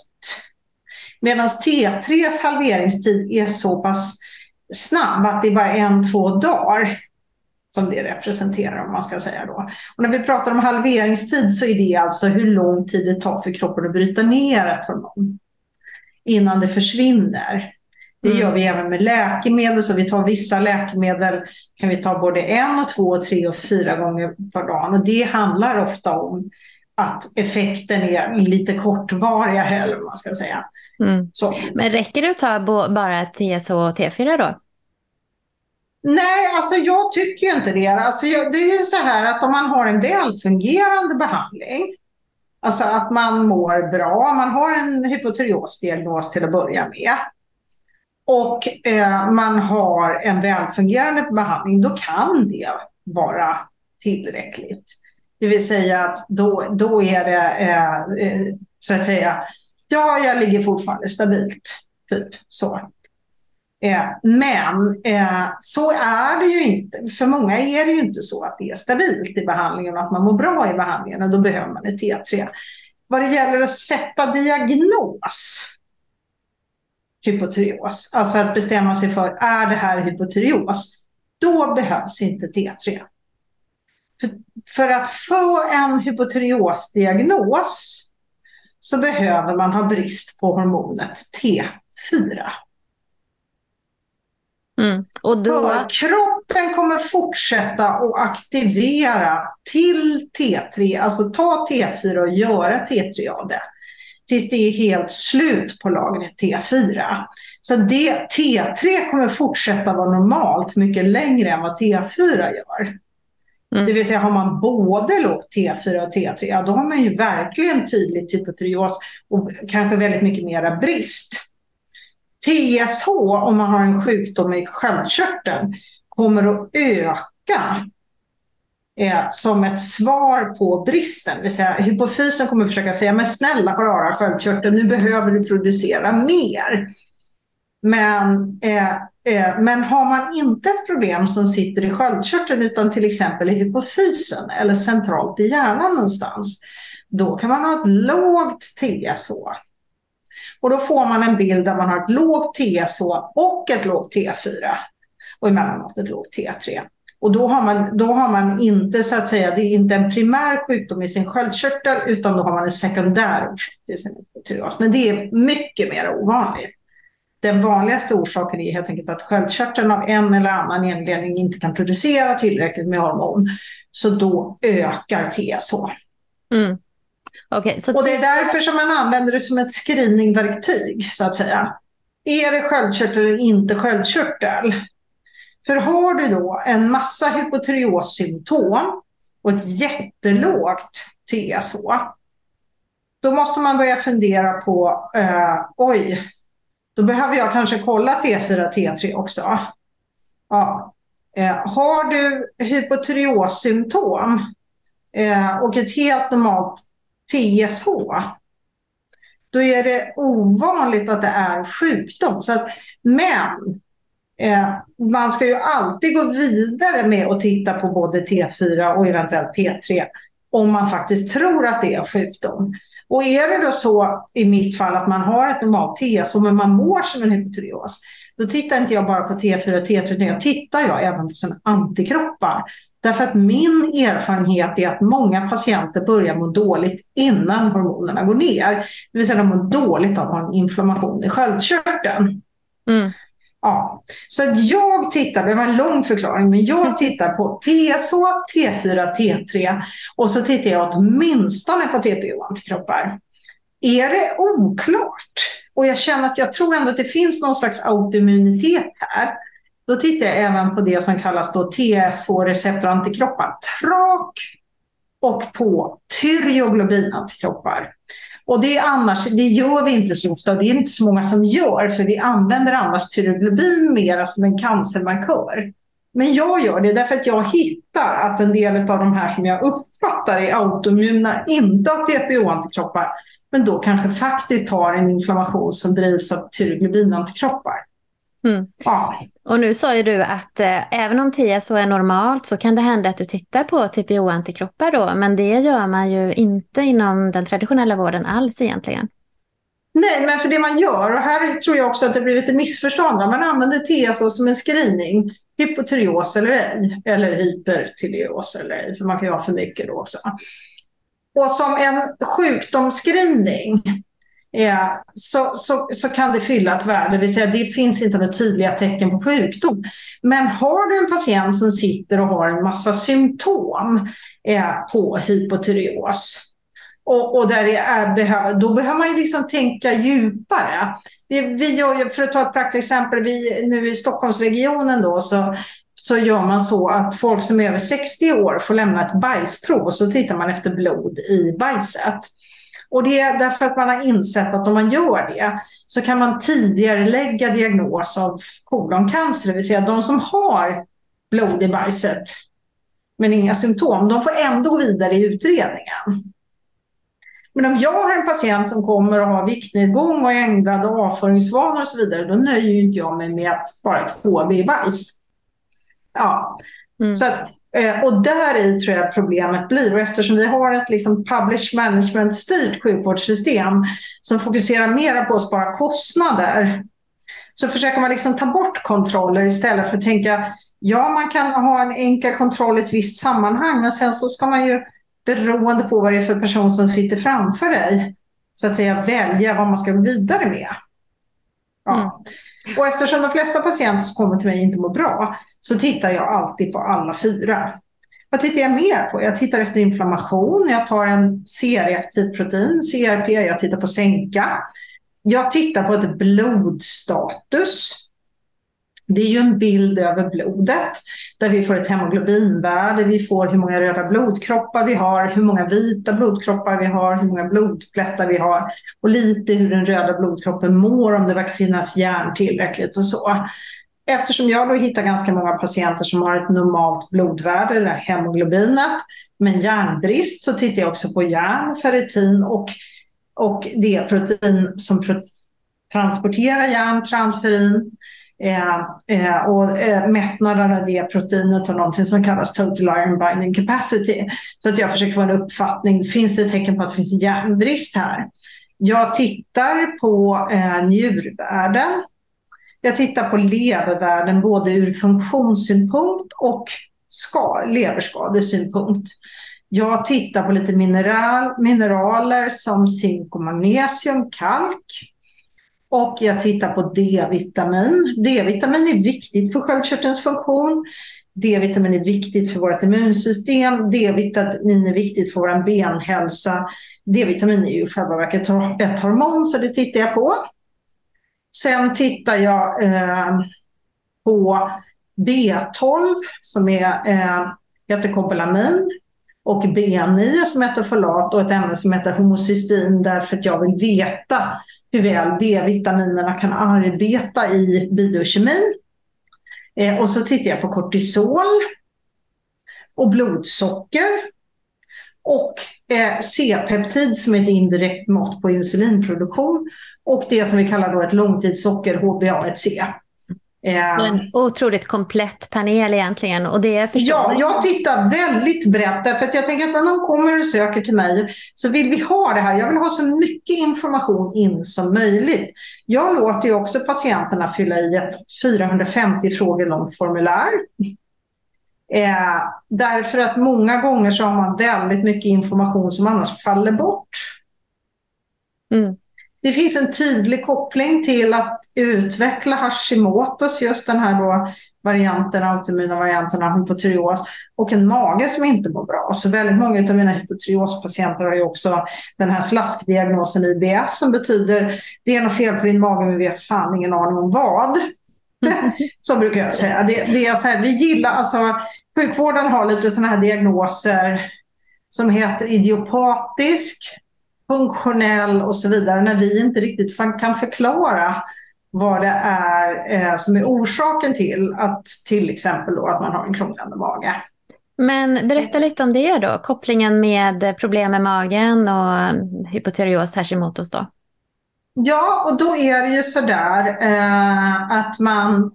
Speaker 2: Medan T3s halveringstid är så pass snabb att det är bara 1-2 dagar som det representerar, om man ska säga då. Och när vi pratar om halveringstid så är det alltså hur lång tid det tar för kroppen att bryta ner ett hormon innan det försvinner. Det gör vi även med läkemedel, så vi tar vissa läkemedel, kan vi ta både 1, 2, 3 och 4 gånger per dag. Och det handlar ofta om att effekten är lite kortvarigare, eller vad man ska säga. Så.
Speaker 1: Men räcker det att ta bara TSH och T4 då?
Speaker 2: Nej, alltså jag tycker ju inte det. Alltså det är ju så här att om man har en välfungerande behandling, alltså att man mår bra, man har en hypotyreosdiagnos till att börja med, och man har en välfungerande behandling, då kan det vara tillräckligt. Det vill säga att då är det så att säga, ja, jag ligger fortfarande stabilt, typ så. Men så är det ju inte. För många är det ju inte så att det är stabilt i behandlingen och att man mår bra i behandlingen, och då behöver man ett T3. Vad det gäller att sätta diagnos hypotyreos, alltså att bestämma sig för, är det här hypotyreos? Då behövs inte T3. För att få en hypotyreosdiagnos så behöver man ha brist på hormonet T4.
Speaker 1: Och då...
Speaker 2: För kroppen kommer fortsätta att aktivera till T3, alltså ta T4 och göra T3 av det, tills det är helt slut på lagret T4. Så T3 kommer fortsätta vara normalt mycket längre än vad T4 gör. Det vill säga har man både lågt T4 och T3, ja, då har man ju verkligen tydligt hypotyreos och kanske väldigt mycket mera brist. TSH, om man har en sjukdom i sköldkörteln, kommer att öka som ett svar på bristen. Det vill säga, hypofysen kommer att försöka säga, men snälla rara sköldkörteln, nu behöver du producera mer. Men har man inte ett problem som sitter i sköldkörteln utan till exempel i hypofysen eller centralt i hjärnan någonstans, då kan man ha ett lågt TSH. Och då får man en bild där man har ett lågt TSH och ett lågt T4 och emellanåt ett lågt T3. Och då har man inte, så att säga, det är inte en primär sjukdom i sin sköldkörtel, utan då har man en sekundär orsak till sin hypotyreos. Men det är mycket mer ovanligt. Den vanligaste orsaken är helt enkelt att sköldkörteln av en eller annan anledning inte kan producera tillräckligt med hormon. Så då ökar TSH.
Speaker 1: Okay, så
Speaker 2: och det är därför som man använder det som ett screeningverktyg, så att säga. Är det sköldkörtel eller inte sköldkörtel? För har du då en massa hypotyreossymptom och ett jättelågt TSH, då måste man börja fundera på, då behöver jag kanske kolla T4, T3 också. Ja. Har du hypotyreossymptom och ett helt normalt TSH, då är det ovanligt att det är sjukdom. Men man ska ju alltid gå vidare med att titta på både T4 och eventuellt T3 om man faktiskt tror att det är sjukdom. Och är det då så i mitt fall att man har ett normalt TSH men man mår som en hypotyreos, då tittar inte jag bara på T4 och T3, utan jag tittar även på sina antikroppar. Därför att min erfarenhet är att många patienter börjar må dåligt innan hormonerna går ner. Det vill säga de mår dåligt av att ha en inflammation i sköldkörteln. Ja, så att jag tittar, det var en lång förklaring, men jag tittar på TSH, T4, T3 och så tittar jag åtminstone på TPO-antikroppar. Är det oklart och jag känner att jag tror ändå att det finns någon slags autoimmunitet här, då tittar jag även på det som kallas då TSH-receptorantikroppar, TRAC, och på thyreoglobinantikroppar. Och det gör vi inte så ofta, det är inte så många som gör, för vi använder annars thyreoglobin mer som en cancermarkör. Men jag gör det därför att jag hittar att en del av de här som jag uppfattar är autoimmuna inte har TPO-antikroppar, men då kanske faktiskt har en inflammation som drivs av thyreoglobinantikroppar. Ja.
Speaker 1: Och nu sa ju du att även om TSH är normalt så kan det hända att du tittar på TPO-antikroppar då, men det gör man ju inte inom den traditionella vården alls egentligen.
Speaker 2: Nej, men för det man gör, och här tror jag också att det blir lite missförstånd, man använder TSH som en screening, hypotyreos eller ej, eller hypertyreos eller ej, för man kan ju ha för mycket då också. Och som en sjukdomsscreening så kan det fylla ett värde, det vill säga det finns inte några tydliga tecken på sjukdom. Men har du en patient som sitter och har en massa symptom på hypotyreos, och där då behöver man ju liksom tänka djupare. Vi gör ju, för att ta ett praktexempel, nu i Stockholmsregionen då, så gör man så att folk som är över 60 år får lämna ett bajsprov och så tittar man efter blod i bajset. Och det är därför att man har insett att om man gör det så kan man tidigare lägga diagnos av koloncancer, det vill säga de som har blod i bajset men inga symptom, de får ändå gå vidare i utredningen. Men om jag har en patient som kommer och har viktnedgång och ändrade avföringsvanor och så vidare, då nöjer ju inte jag mig med att bara ett HB i bajs. Ja, så att, och där i tror jag problemet blir, och eftersom vi har ett liksom publish management-styrt sjukvårdssystem som fokuserar mer på att spara kostnader, så försöker man liksom ta bort kontroller istället för att tänka, ja, man kan ha en enkel kontroll i ett visst sammanhang, men sen så ska man ju, beroende på vad det är för person som sitter framför dig, så att säga välja vad man ska gå vidare med. Ja. Och eftersom de flesta patienter som kommer till mig inte mår bra, så tittar jag alltid på alla 4. Vad tittar jag mer på? Jag tittar efter inflammation, jag tar en C-reaktiv protein, CRP, jag tittar på sänka. Jag tittar på ett blodstatus. Det är ju en bild över blodet där vi får ett hemoglobinvärde, vi får hur många röda blodkroppar vi har, hur många vita blodkroppar vi har, hur många blodplättar vi har och lite hur den röda blodkroppen mår, om det verkar finnas järn tillräckligt och så. Eftersom jag då hittar ganska många patienter som har ett normalt blodvärde, det här hemoglobinet, men järnbrist, så tittar jag också på järn, ferritin och det protein som transporterar järn, transferin. Mättnaden av det proteinet har någonting som kallas total iron binding capacity. Så att jag försöker få en uppfattning, finns det tecken på att det finns järnbrist här? Jag tittar på njurvärden. Jag tittar på levervärden både ur funktionssynpunkt och leverskadesynpunkt. Jag tittar på lite mineraler som zink och magnesium, kalk. Och jag tittar på D-vitamin. D-vitamin är viktigt för sköldkörtelns funktion. D-vitamin är viktigt för vårt immunsystem. D-vitamin är viktigt för vår benhälsa. D-vitamin är ju i själva verket ett hormon, så det tittar jag på. Sen tittar jag på B12 som heter kobalamin, och B9 som heter folat och ett ämne som heter homocystin, därför att jag vill veta hur väl B-vitaminerna kan arbeta i biokemin. Och så tittar jag på kortisol och blodsocker och C-peptid som är ett indirekt mått på insulinproduktion och det som vi kallar då ett långtidssocker, HbA1c.
Speaker 1: En otroligt komplett panel egentligen, och det förstår
Speaker 2: Ja, jag tittar väldigt brett därför att jag tänker att när någon kommer och söker till mig så vill vi ha det här. Jag vill ha så mycket information in som möjligt. Jag låter ju också patienterna fylla i ett 450 frågor långt formulär. Därför att många gånger så har man väldigt mycket information som annars faller bort.
Speaker 1: Mm.
Speaker 2: Det finns en tydlig koppling till att utveckla Hashimotos, just den här då varianten, autoimmuna varianten av hypotyreos, och en mage som inte mår bra. Så väldigt många av mina hypotyreospatienter har ju också den här slaskdiagnosen IBS, som betyder det är något fel på din mage men vi har fan ingen aning om vad. Så brukar jag säga. Det är så här, vi gillar, alltså sjukvården har lite såna här diagnoser som heter idiopatisk, funktionell och så vidare, när vi inte riktigt kan förklara vad det är som är orsaken till exempel då att man har en krånglande mage.
Speaker 1: Men berätta lite om det då, kopplingen med problem med magen och hypotyreos, Hashimotos då.
Speaker 2: Ja, och då är det ju sådär att man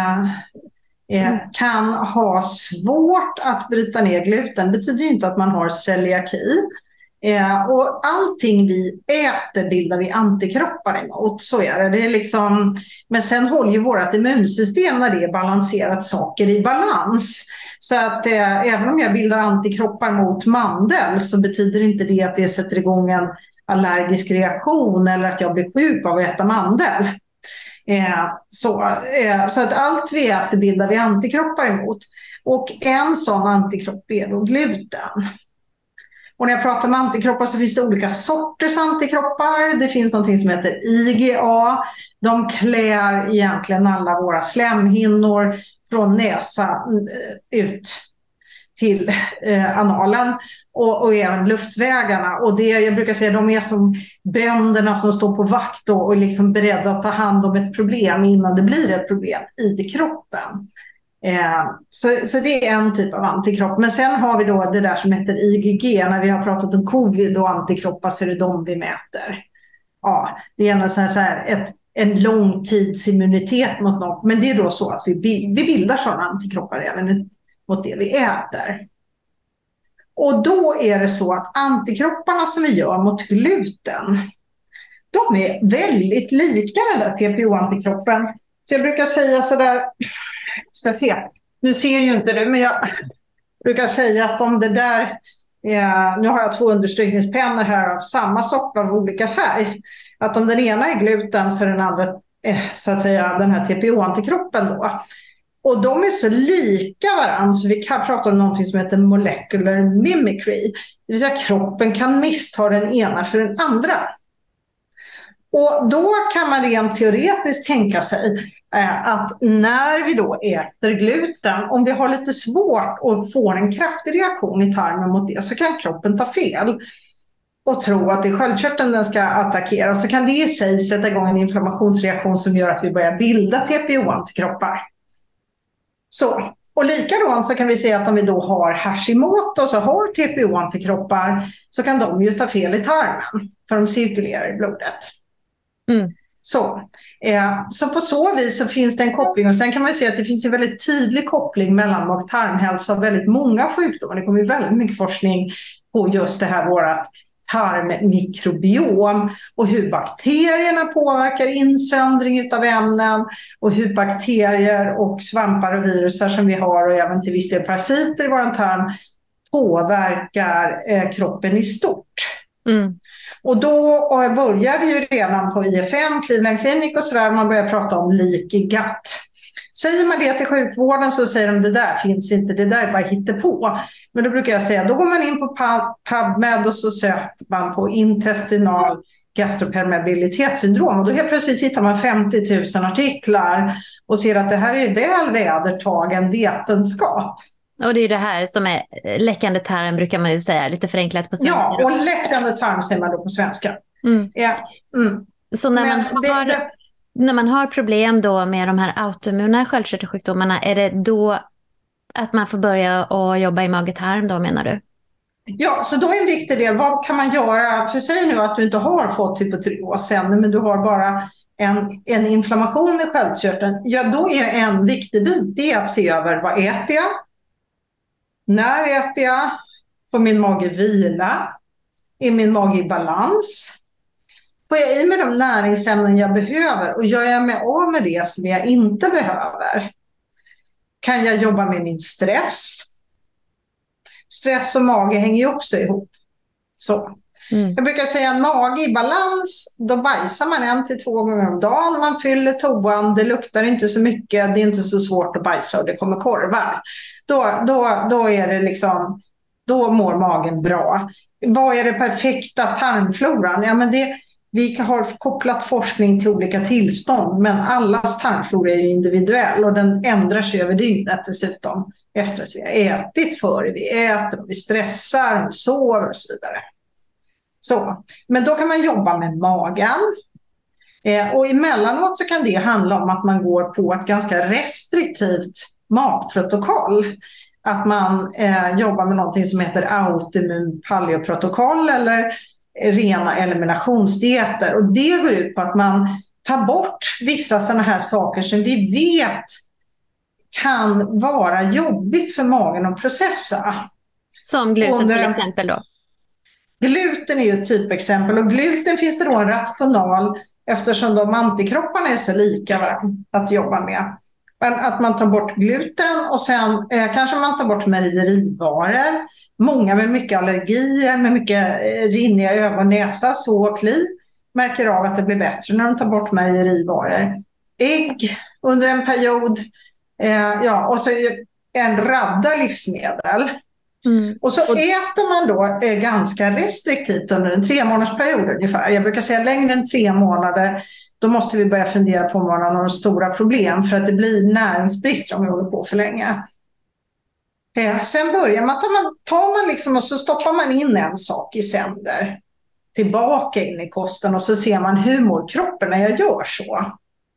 Speaker 2: kan ha svårt att bryta ner gluten. Det betyder ju inte att man har celiaki. Och allting vi äter bildar vi antikroppar emot, så är det. Det är liksom, men sen håller ju vårt immunsystem, när det är balanserat, saker i balans. Så att även om jag bildar antikroppar mot mandel så betyder inte det att det sätter igång en allergisk reaktion eller att jag blir sjuk av att äta mandel. Så att allt vi äter bildar vi antikroppar emot. Och en sån antikropp är då gluten. Och när jag pratar om antikroppar så finns det olika sorters antikroppar. Det finns något som heter IgA. De klär egentligen alla våra slemhinnor från näsa ut till analen och även luftvägarna. Och det, jag brukar säga, de är som bönderna som står på vakt och liksom beredda att ta hand om ett problem innan det blir ett problem i kroppen. Så det är en typ av antikropp. Men sen har vi då det där som heter IgG. När vi har pratat om covid och antikroppar så är det de vi mäter. Ja, det är så här en långtidsimmunitet mot något. Men det är då så att vi bildar sådana antikroppar även mot det vi äter. Och då är det så att antikropparna som vi gör mot gluten, de är väldigt lika den där TPO-antikroppen. Så jag brukar säga sådär, ska se, nu ser ju inte du, men jag brukar säga att om det där, nu har jag 2 understrykningspennor här av samma sort av olika färg, att om den ena är gluten så är den andra så att säga den här TPO-antikroppen då. Och de är så lika varandra så vi kan prata om något som heter molecular mimicry. Det vill säga kroppen kan missta den ena för den andra. Och då kan man rent teoretiskt tänka sig att när vi då äter gluten, om vi har lite svårt att få en kraftig reaktion i tarmen mot det, så kan kroppen ta fel och tro att det är sköldkörteln den ska attackera. Och så kan det i sig sätta igång en inflammationsreaktion som gör att vi börjar bilda TPO-antikroppar. Så. Och likadant så kan vi se att om vi då har Hashimoto och så har TPO-antikroppar, så kan de ju ta fel i tarmen, för de cirkulerar i blodet.
Speaker 1: Mm.
Speaker 2: Så på så vis så finns det en koppling, och sen kan man se att det finns en väldigt tydlig koppling mellan mag-tarmhälsa och väldigt många sjukdomar. Det kommer ju väldigt mycket forskning på just det här vårat tarmmikrobiom och hur bakterierna påverkar insöndring av ämnen och hur bakterier och svampar och virusar som vi har och även till viss del parasiter i vår tarm påverkar kroppen i stort.
Speaker 1: Mm.
Speaker 2: Och då började ju redan på IFM, Cleveland Clinic och sådär, man börjar prata om leaky gut. Säger man det till sjukvården så säger de det där finns inte, det där är bara hittepå. Men då brukar jag säga, då går man in på PubMed och så söker man på intestinal gastropermeabilitetssyndrom. Och då helt plötsligt hittar man 50 000 artiklar och ser att det här är väl vedertagen vetenskap.
Speaker 1: Och det är det här som är läckande tarm, brukar man ju säga, lite förenklat på svenska.
Speaker 2: Ja, och läckande tarm säger man då på svenska.
Speaker 1: Mm.
Speaker 2: Ja. Mm.
Speaker 1: Så när man har problem då med de här autoimmuna sköldkörtelsjukdomarna, är det då att man får börja och jobba i mage-tarm då, menar du?
Speaker 2: Ja, så då är en viktig del, vad kan man göra? För säg nu att du inte har fått hypotyreos än, men du har bara en inflammation i sköldkörteln. Ja, då är en viktig bit det att se över, vad äter jag? När äter jag? Får min mage vila? Är min mage i balans? Får jag i mig de näringsämnen jag behöver och gör jag mig av med det som jag inte behöver? Kan jag jobba med min stress? Stress och mage hänger ju också ihop. Så. Jag brukar säga en mage i balans, då bajsar man 1 till 2 gånger om dagen. Man fyller toan, det luktar inte så mycket, det är inte så svårt att bajsa och det kommer korvar. Då är det liksom, då mår magen bra. Vad är det perfekta tarmfloran? Ja, men vi har kopplat forskning till olika tillstånd, men allas tarmflora är individuell och den ändrar sig över dygnet dessutom efter att vi har ätit, före vi äter, vi stressar, vi sover och så vidare. Så. Men då kan man jobba med magen och emellanåt så kan det handla om att man går på ett ganska restriktivt matprotokoll. Att man jobbar med någonting som heter autoimmun paleoprotokoll eller rena eliminationsdieter. Och det går ut på att man tar bort vissa sådana här saker som vi vet kan vara jobbigt för magen att processa.
Speaker 1: Som gluten till exempel då?
Speaker 2: Gluten är ju ett typexempel, och gluten finns det då en rational eftersom de antikropparna är så lika varandra att jobba med. Att man tar bort gluten och sen kanske man tar bort mejerivaror. Många med mycket allergier, med mycket rinniga ögon, näsa, så och kli märker av att det blir bättre när de tar bort mejerivaror. Ägg under en period, och så en radda livsmedel. Och så äter man då ganska restriktivt under en 3-månadersperiod ungefär. Jag brukar säga längre än 3 månader, då måste vi börja fundera på om man har några stora problem för att det blir näringsbrist om vi håller på för länge. Sen börjar tar man liksom och så stoppar man in en sak i sänder tillbaka in i kosten och så ser man hur mår kroppen när jag gör så.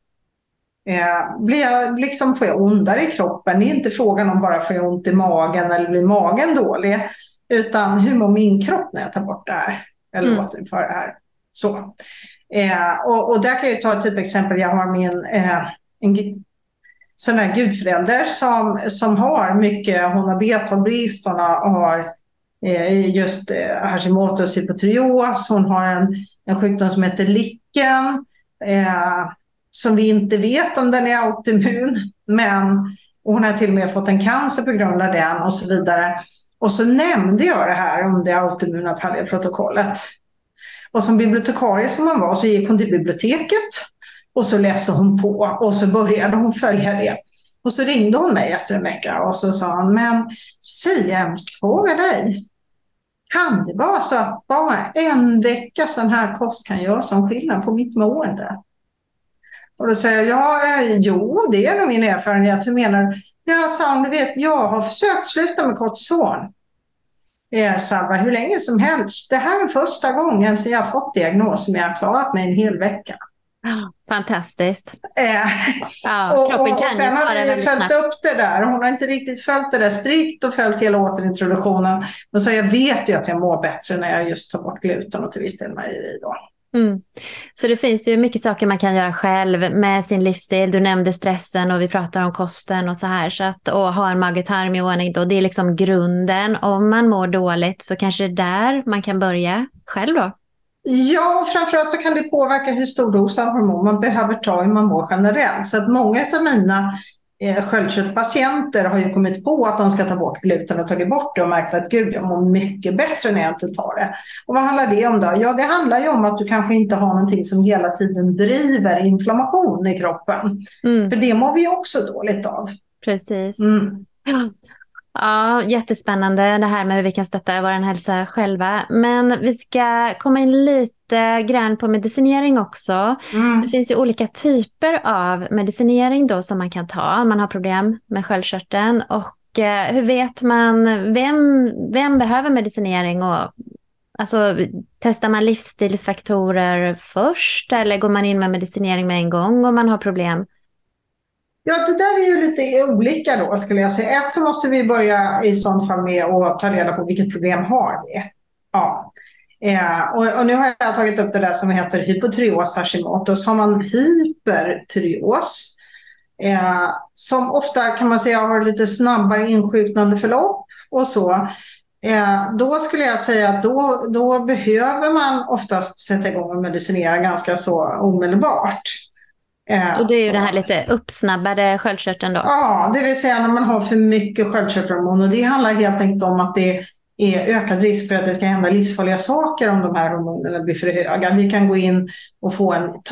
Speaker 2: Får jag ondare i kroppen? Det är inte frågan om bara får jag ont i magen eller blir magen dålig, utan hur mår min kropp när jag tar bort det här eller återinför det här. Så. Och där kan jag ta ett typexempel. Jag har en sån här gudförälder som har mycket, hon har B12-brist, hon har just Hashimoto's hypotyreos, hon har en sjukdom som heter lichen, som vi inte vet om den är autoimmun, men hon har till och med fått en cancer på grund av den och så vidare. Och så nämnde jag det här om det autoimmuna paleoprotokollet. Och som bibliotekarie som hon var så gick hon till biblioteket och så läste hon på och så började hon följa det. Och så ringde hon mig efter en vecka och så sa hon, men säg hemskt, fråga dig. kan det vara så att bara en vecka sån här kost kan göra som skillnad på mitt mående? Och då säger jag, jo, det är nog min erfarenhet. Hur menar du? Ja, sa hon, du vet, jag har försökt sluta med kortison. Sabba, hur länge som helst. Det här är första gången sedan jag fått diagnos som jag har klarat mig en hel vecka.
Speaker 1: Fantastiskt.
Speaker 2: Ja,
Speaker 1: kroppen kan
Speaker 2: och sen har vi följt
Speaker 1: snabbt
Speaker 2: upp det där. Hon har inte riktigt följt det där strikt och följt hela återintroduktionen. Men så jag vet ju att jag mår bättre när jag just tar bort gluten och till viss del mejeri då.
Speaker 1: Så det finns ju mycket saker man kan göra själv med sin livsstil. Du nämnde stressen och vi pratar om kosten och så här. Så att ha en mage-tarm i ordning då, det är liksom grunden. Om man mår dåligt så kanske det är där man kan börja själv då.
Speaker 2: Ja, och framförallt så kan det påverka hur stor dos av hormon man behöver ta hur man mår generellt. Så att många av mina sköldkörtelpatienter har ju kommit på att de ska ta bort gluten och tagit bort det och märkt att gud, jag mår mycket bättre när jag inte tar det. Och vad handlar det om då? Ja, det handlar ju om att du kanske inte har någonting som hela tiden driver inflammation i kroppen. För det mår vi också dåligt av.
Speaker 1: Precis. Ja, jättespännande det här med hur vi kan stötta vår hälsa själva. Men vi ska komma in lite grann på medicinering också. Det finns ju olika typer av medicinering då som man kan ta om man har problem med sköldkörteln. Och hur vet man vem behöver medicinering? Och, alltså, testar man livsstilsfaktorer först eller går man in med medicinering med en gång om man har problem?
Speaker 2: Ja, det där är ju lite olika då skulle jag säga. Ett så måste vi börja i sånt fall med att ta reda på vilket problem har vi. Ja. Och nu har jag tagit upp det där som heter hypotyreos Hashimoto's. Har man hypertyreos som ofta kan man säga har lite snabbare insjuknande förlopp och så. Då skulle jag säga att då behöver man oftast sätta igång och medicinera ganska så omedelbart.
Speaker 1: Och det är ju det här lite uppsnabbade sköldkörteln då.
Speaker 2: Ja, det vill säga när man har för mycket sköldkörtelhormon. Och det handlar helt enkelt om att det är ökad risk för att det ska hända livsfarliga saker om de här hormonerna blir för höga. Vi kan gå in och få ett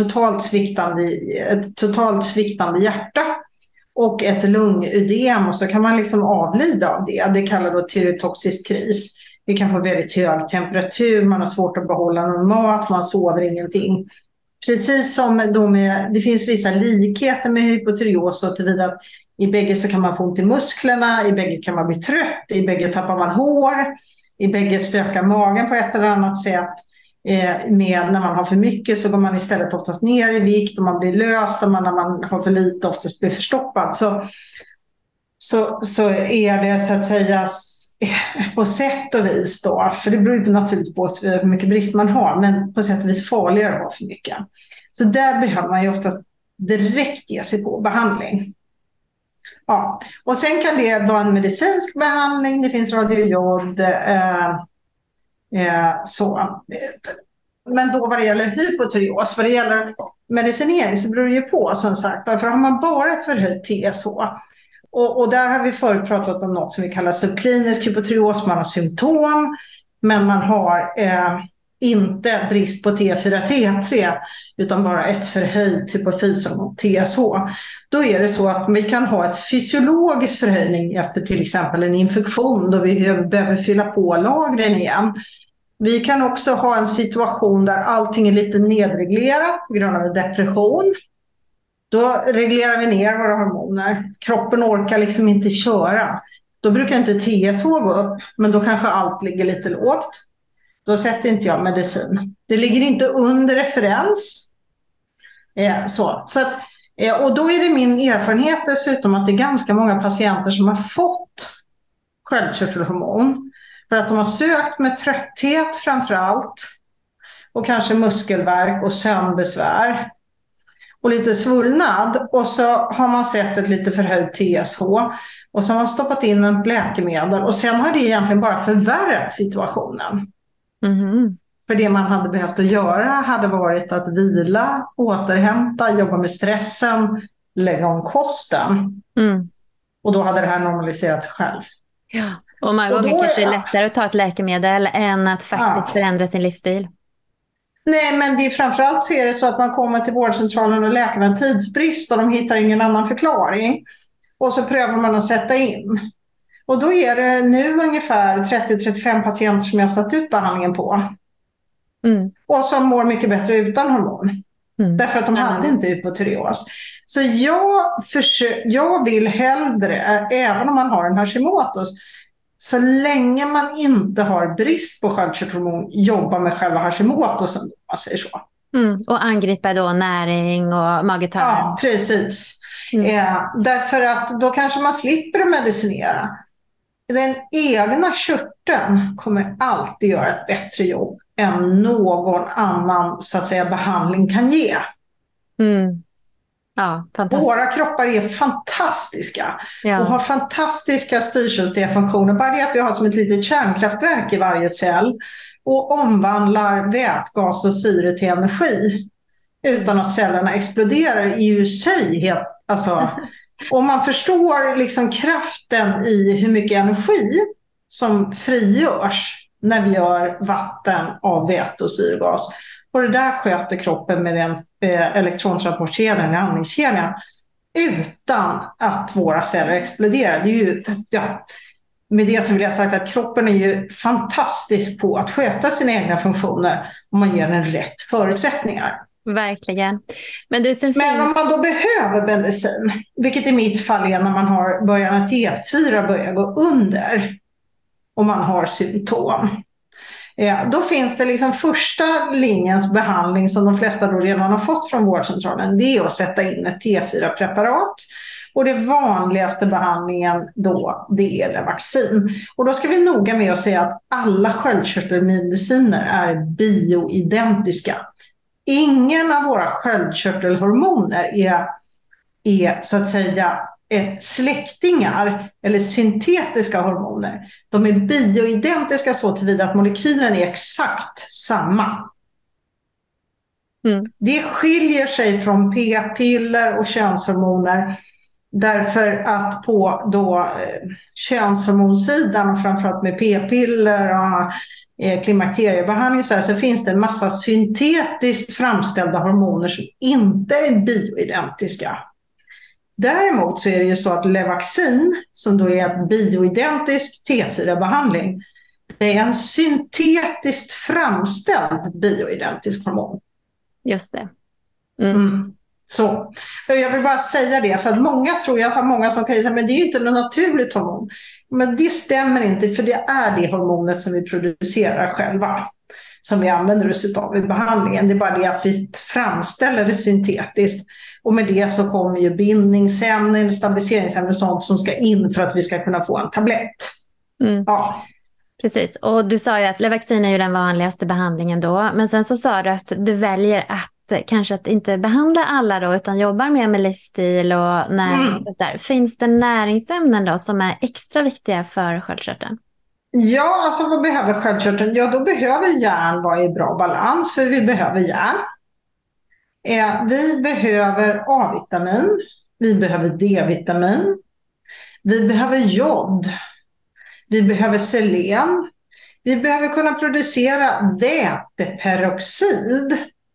Speaker 2: totalt sviktande hjärta och ett lungödem och så kan man liksom avlida av det. Det kallas då tyreotoxisk kris. Vi kan få väldigt hög temperatur, man har svårt att behålla någon mat, man sover ingenting. Precis som det finns vissa likheter med hypotyreos och tillvida att i bägge så kan man få ont i musklerna, i bägge kan man bli trött, i bägge tappar man hår, i bägge stökar magen på ett eller annat sätt. När man har för mycket så går man istället oftast ner i vikt och man blir löst och när man har för lite oftast blir förstoppad. Så är det så att säga på sätt och vis då, för det beror ju naturligtvis på hur mycket brist man har, men på sätt och vis farligare att ha för mycket. Så där behöver man ju oftast direkt ge sig på behandling. Ja. Och sen kan det vara en medicinsk behandling, det finns radiojod, så. Men då vad det gäller hypotyreos, vad det gäller medicinering så beror det ju på som sagt, för har man bara ett förhöjt TSH och där har vi förut pratat om något som vi kallar subklinisk hypotyreos. Man har symptom, men man har inte brist på T4-T3 utan bara ett förhöjt hypofyshormon TSH. Då är det så att vi kan ha ett fysiologisk förhöjning efter till exempel en infektion då vi behöver fylla på lagren igen. Vi kan också ha en situation där allting är lite nedreglerat på grund av depression. Då reglerar vi ner våra hormoner. Kroppen orkar liksom inte köra. Då brukar inte TSH gå upp, men då kanske allt ligger lite lågt. Då sätter inte jag medicin. Det ligger inte under referens. Och då är det min erfarenhet dessutom att det är ganska många patienter som har fått sköldkörtelhormon för att de har sökt med trötthet framför allt och kanske muskelvärk och sömnbesvär och lite svullnad, och så har man sett ett lite förhöjt TSH och så har man stoppat in ett läkemedel och sen har det egentligen bara förvärrat situationen. För det man hade behövt att göra hade varit att vila, återhämta, jobba med stressen, lägga om kosten. Och då hade det här normaliserat sig själv.
Speaker 1: Ja. Och många gånger kanske det är lättare att ta ett läkemedel än att faktiskt förändra sin livsstil.
Speaker 2: Nej, men det är framförallt så är det så att man kommer till vårdcentralen och läkarna har en tidsbrist och de hittar ingen annan förklaring. Och så prövar man att sätta in. Och då är det nu ungefär 30-35 patienter som jag har satt ut behandlingen på. Och som mår mycket bättre utan hormon. Därför att de hade inte hypotyreos. Så jag vill hellre, även om man har en Hashimotos, så länge man inte har brist på sköldkörtelhormon, jobba med själva Hashimotosen, om man säger så.
Speaker 1: Och angripa då näring och mage-tarm.
Speaker 2: Ja, precis. Därför att då kanske man slipper att medicinera. Den egna körteln kommer alltid göra ett bättre jobb än någon annan, så att säga, behandling kan ge.
Speaker 1: Ja, fantastiskt.
Speaker 2: Våra kroppar är fantastiska och har fantastiska styrkänsliga funktioner. Bara det att vi har som ett litet kärnkraftverk i varje cell och omvandlar vätgas och syre till energi utan att cellerna exploderar är ju i sig helt... Alltså, om man förstår liksom kraften i hur mycket energi som frigörs när vi gör vatten av väte och syrgas. Och det där sköter kroppen med den elektrontransportkedjan, andningskedjan, utan att våra celler exploderar. Det är ju, med det som vill jag sagt att kroppen är ju fantastisk på att sköta sina egna funktioner om man ger den rätt förutsättningar.
Speaker 1: Verkligen.
Speaker 2: Men om man då behöver medicin, vilket i mitt fall är när man har början att T4 börjar gå under och man har symptom. Då finns det liksom första linjens behandling som de flesta då redan har fått från vårdcentralen. Det är att sätta in ett T4-preparat. Och det vanligaste behandlingen då, det är Levaxin. Och då ska vi noga med att säga att alla sköldkörtelmediciner är bioidentiska. Ingen av våra sköldkörtelhormoner är så att säga släktingar eller syntetiska hormoner. De är bioidentiska så tillvida att molekylen är exakt samma. Det skiljer sig från p-piller och könshormoner därför att på då könshormonsidan och framförallt med p-piller och klimakteriebehandling så finns det en massa syntetiskt framställda hormoner som inte är bioidentiska. Däremot så är det ju så att Levaxin, som då är en bioidentisk T4-behandling, det är en syntetiskt framställd bioidentisk hormon.
Speaker 1: Just det.
Speaker 2: Så jag vill bara säga det, för att många tror, jag har många som kan säga men det är ju inte något naturligt hormon. Men det stämmer inte, för det är det hormonet som vi producerar själva, som vi använder oss av i behandlingen. Det är bara det att vi framställer det syntetiskt. Och med det så kommer ju bindningsämnen, stabiliseringsämnen och sånt som ska in för att vi ska kunna få en tablett. Ja.
Speaker 1: Precis, och du sa ju att Levaxin är ju den vanligaste behandlingen då. Men sen så sa du att du väljer att inte behandla alla då, utan jobbar mer med livsstil och näring och sånt där. Finns det näringsämnen då som är extra viktiga för sköldkörteln?
Speaker 2: Ja, alltså vad behöver sköldkörteln? Ja, då behöver järn vara i bra balans, för vi behöver järn. Vi behöver A-vitamin, vi behöver D-vitamin, vi behöver jod, vi behöver selen, vi behöver kunna producera väteperoxid.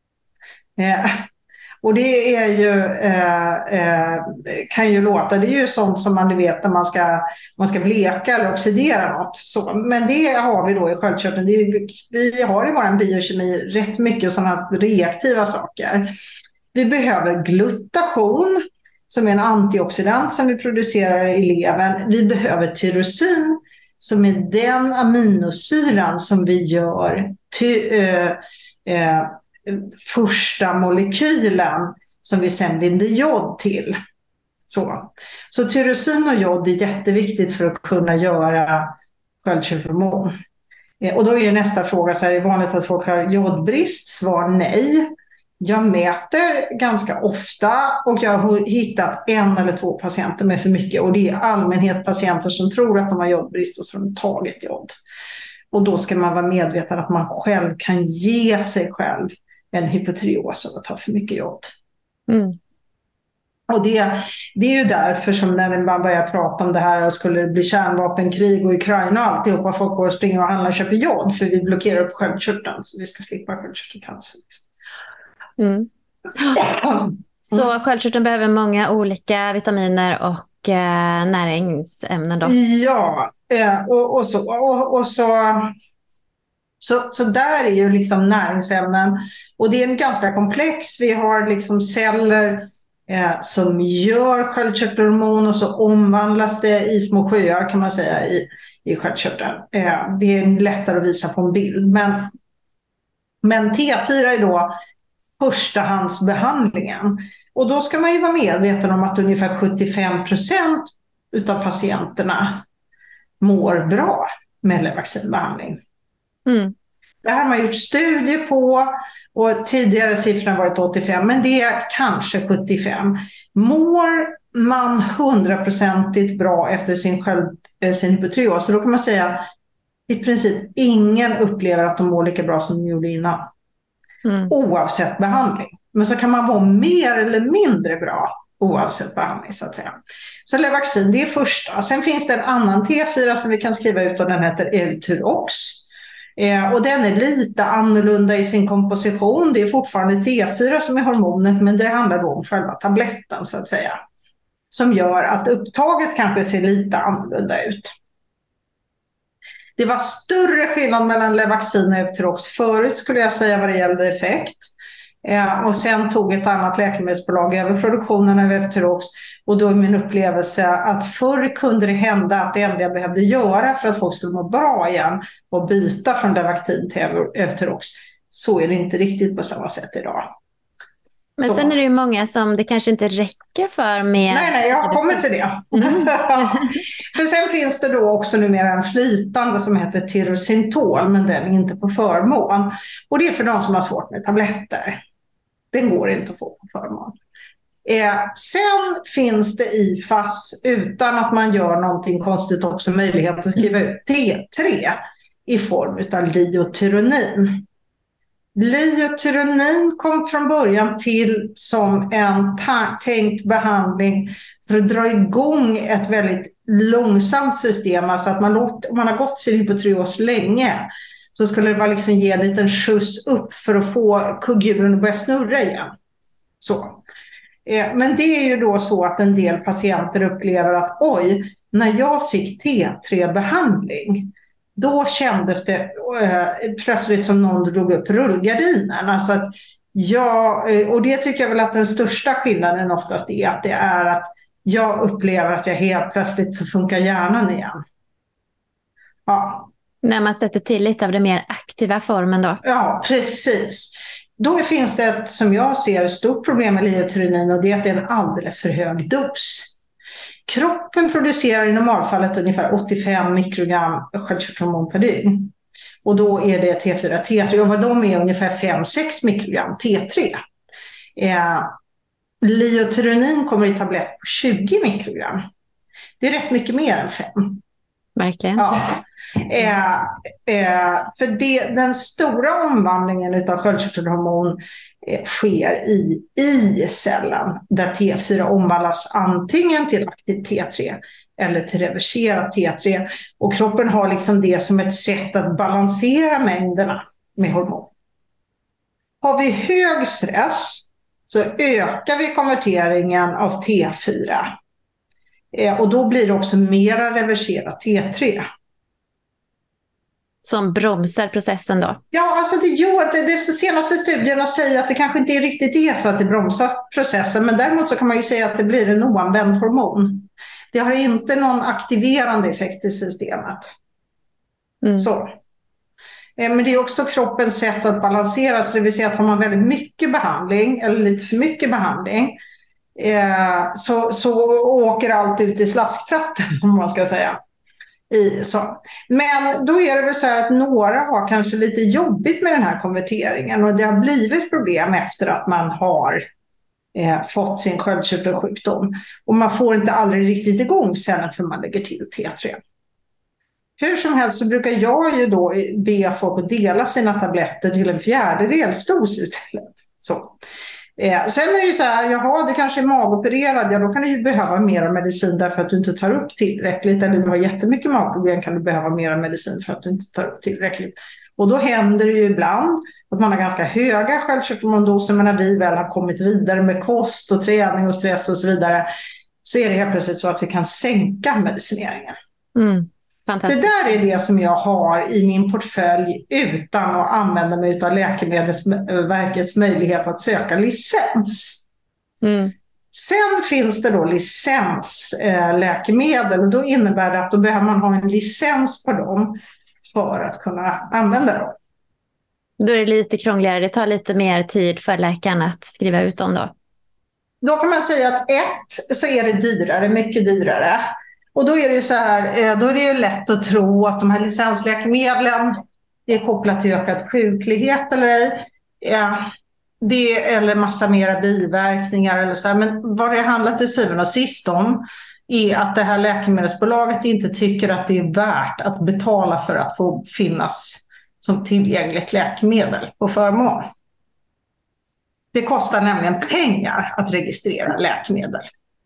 Speaker 2: Och det är ju, kan ju låta, det är ju sånt som man vet när man ska bleka eller oxidera något. Så. Men det har vi då i sköldkörteln. Vi har i vår biokemi rätt mycket sådana reaktiva saker. Vi behöver glutation, som är en antioxidant som vi producerar i levern. Vi behöver tyrosin, som är den aminosyran som vi gör första molekylen som vi sen binder jod till. Så tyrosin och jod är jätteviktigt för att kunna göra sköldkörtelhormon. Och då är nästa fråga, så här, är det vanligt att folk har jodbrist? Svar nej. Jag mäter ganska ofta och jag har hittat 1 eller 2 patienter med för mycket, och det är allmänhet patienter som tror att de har jodbrist och så har de tagit jod. Och då ska man vara medveten att man själv kan ge sig själv en hypotyreos av att ta för mycket jod. Och det är ju därför som när man börjar prata om det här och skulle det bli kärnvapenkrig och Ukraina och alltihopa, folk går och springer och handlar och köper jod för vi blockerar upp sköldkörteln så vi ska slippa sköldkörtelcancer.
Speaker 1: Så sköldkörteln behöver många olika vitaminer och näringsämnen då?
Speaker 2: Ja, så där är ju liksom näringsämnen, och det är en ganska komplex. Vi har liksom celler som gör sköldkörtelhormon, och så omvandlas det i små sjöar, kan man säga, i sköldkörteln. Det är lättare att visa på en bild. Men T4 är då förstahandsbehandlingen. Och då ska man ju vara medveten om att ungefär 75% utav patienterna mår bra med Levaxin-behandling.
Speaker 1: Mm.
Speaker 2: Det här har man gjort studier på, och tidigare siffran varit 85, men det är kanske 75. Mår man 100% bra efter sin hypotyreos, så då kan man säga att i princip ingen upplever att de mår lika bra som de gjorde innan. Oavsett behandling. Men så kan man vara mer eller mindre bra oavsett behandling, så att säga. Så Levaxin, det är första. Sen finns det en annan T4 som vi kan skriva ut, och den heter Euthyrox. Och den är lite annorlunda i sin komposition. Det är fortfarande T4 som är hormonet, men det handlar då om själva tabletten, så att säga, som gör att upptaget kanske ser lite annorlunda ut. Det var större skillnad mellan Levaxin och Euthyrox förut, skulle jag säga, vad det gällde effekt. Och sen tog ett annat läkemedelsbolag över produktionen av Euthyrox, och då är min upplevelse att förr kunde det hända att det enda jag behövde göra för att folk skulle må bra igen var byta från Levaxin till Euthyrox. Så är det inte riktigt på samma sätt idag.
Speaker 1: Men sen är det ju många som det kanske inte räcker för med...
Speaker 2: Nej, jag kommer till det. För sen finns det då också numera en flytande som heter Tirosintol, men den är inte på förmån. Och det är för de som har svårt med tabletter. Den går inte att få på förmån. Sen finns det i FASS, utan att man gör någonting konstigt, också möjlighet att skriva ut T3 i form av Liothyronin. Liothyronin kom från början till som en tänkt behandling för att dra igång ett väldigt långsamt system. Alltså att om man har gått sin hypotyreos länge, så skulle det bara liksom ge en liten skjuts upp för att få kugghjulen att börja snurra igen. Så. Men det är ju då så att en del patienter upplever att oj, när jag fick T3-behandling, då kändes det plötsligt som någon drog upp rullgardinen. Alltså att och det tycker jag väl att den största skillnaden oftast är, att det är att jag upplever att jag helt plötsligt så funkar hjärnan igen. Ja.
Speaker 1: När man sätter till lite av den mer aktiva formen då.
Speaker 2: Ja, precis. Då finns det ett, som jag ser, stort problem med Liothyronin, och det är att det är en alldeles för hög dos. Kroppen producerar i normalfallet ungefär 85 mikrogram sköldkörtelhormon per dygn. Och då är det T4, T3, och vad de är ungefär 5-6 mikrogram T3. Liothyronin kommer i tablett på 20 mikrogram. Det är rätt mycket mer än 5.
Speaker 1: Verkligen.
Speaker 2: Ja. För den stora omvandlingen av sköldkörtelhormon sker i cellen, där T4 omvandlas antingen till aktiv T3 eller till reverserat T3, och kroppen har liksom det som ett sätt att balansera mängderna med hormon. Har vi hög stress så ökar vi konverteringen av T4, och då blir det också mera reverserat T3.
Speaker 1: Som bromsar processen då?
Speaker 2: Ja, alltså det gör det. De senaste studierna säger att det kanske inte är riktigt det, så att det bromsar processen. Men däremot så kan man ju säga att det blir en oanvänd hormon. Det har inte någon aktiverande effekt i systemet. Så. Men det är också kroppens sätt att balansera. Så det vill säga att har man väldigt mycket behandling eller lite för mycket behandling, så åker allt ut i slasktratten, om man ska säga. Men då är det väl så här att några har kanske lite jobbigt med den här konverteringen, och det har blivit problem efter att man har fått sin sköldkörtelsjukdom, och man får inte aldrig riktigt igång sen för man lägger till T3. Hur som helst så brukar jag ju då be folk att dela sina tabletter till en 1/4 dos istället. Så. Sen är det ju så här, jaha, du kanske är magopererad, ja då kan du ju behöva mer medicin därför att du inte tar upp tillräckligt, eller du har jättemycket magproblem, kan du behöva mer medicin för att du inte tar upp tillräckligt. Och då händer det ju ibland att man har ganska höga sköldkörtelhormondoser, men när vi väl har kommit vidare med kost och träning och stress och så vidare, så är det helt plötsligt så att vi kan sänka medicineringen.
Speaker 1: Fantastiskt.
Speaker 2: Det där är det som jag har i min portfölj utan att använda mig av Läkemedelsverkets möjlighet att söka licens. Sen finns det då licensläkemedel och då innebär det att då behöver man ha en licens på dem för att kunna använda dem.
Speaker 1: Då är det lite krångligare, det tar lite mer tid för läkaren att skriva ut dem då.
Speaker 2: Då kan man säga att så är det dyrare, mycket dyrare. Och då är det ju så här, då är det ju lätt att tro att de här licensläkemedlen är kopplat till ökad sjuklighet eller ej. Eller massa mera biverkningar eller så här. Men vad det handlar till syvende och sist om är att det här läkemedelsbolaget inte tycker att det är värt att betala för att få finnas som tillgängligt läkemedel på förmån. Det kostar nämligen pengar att registrera läkemedel.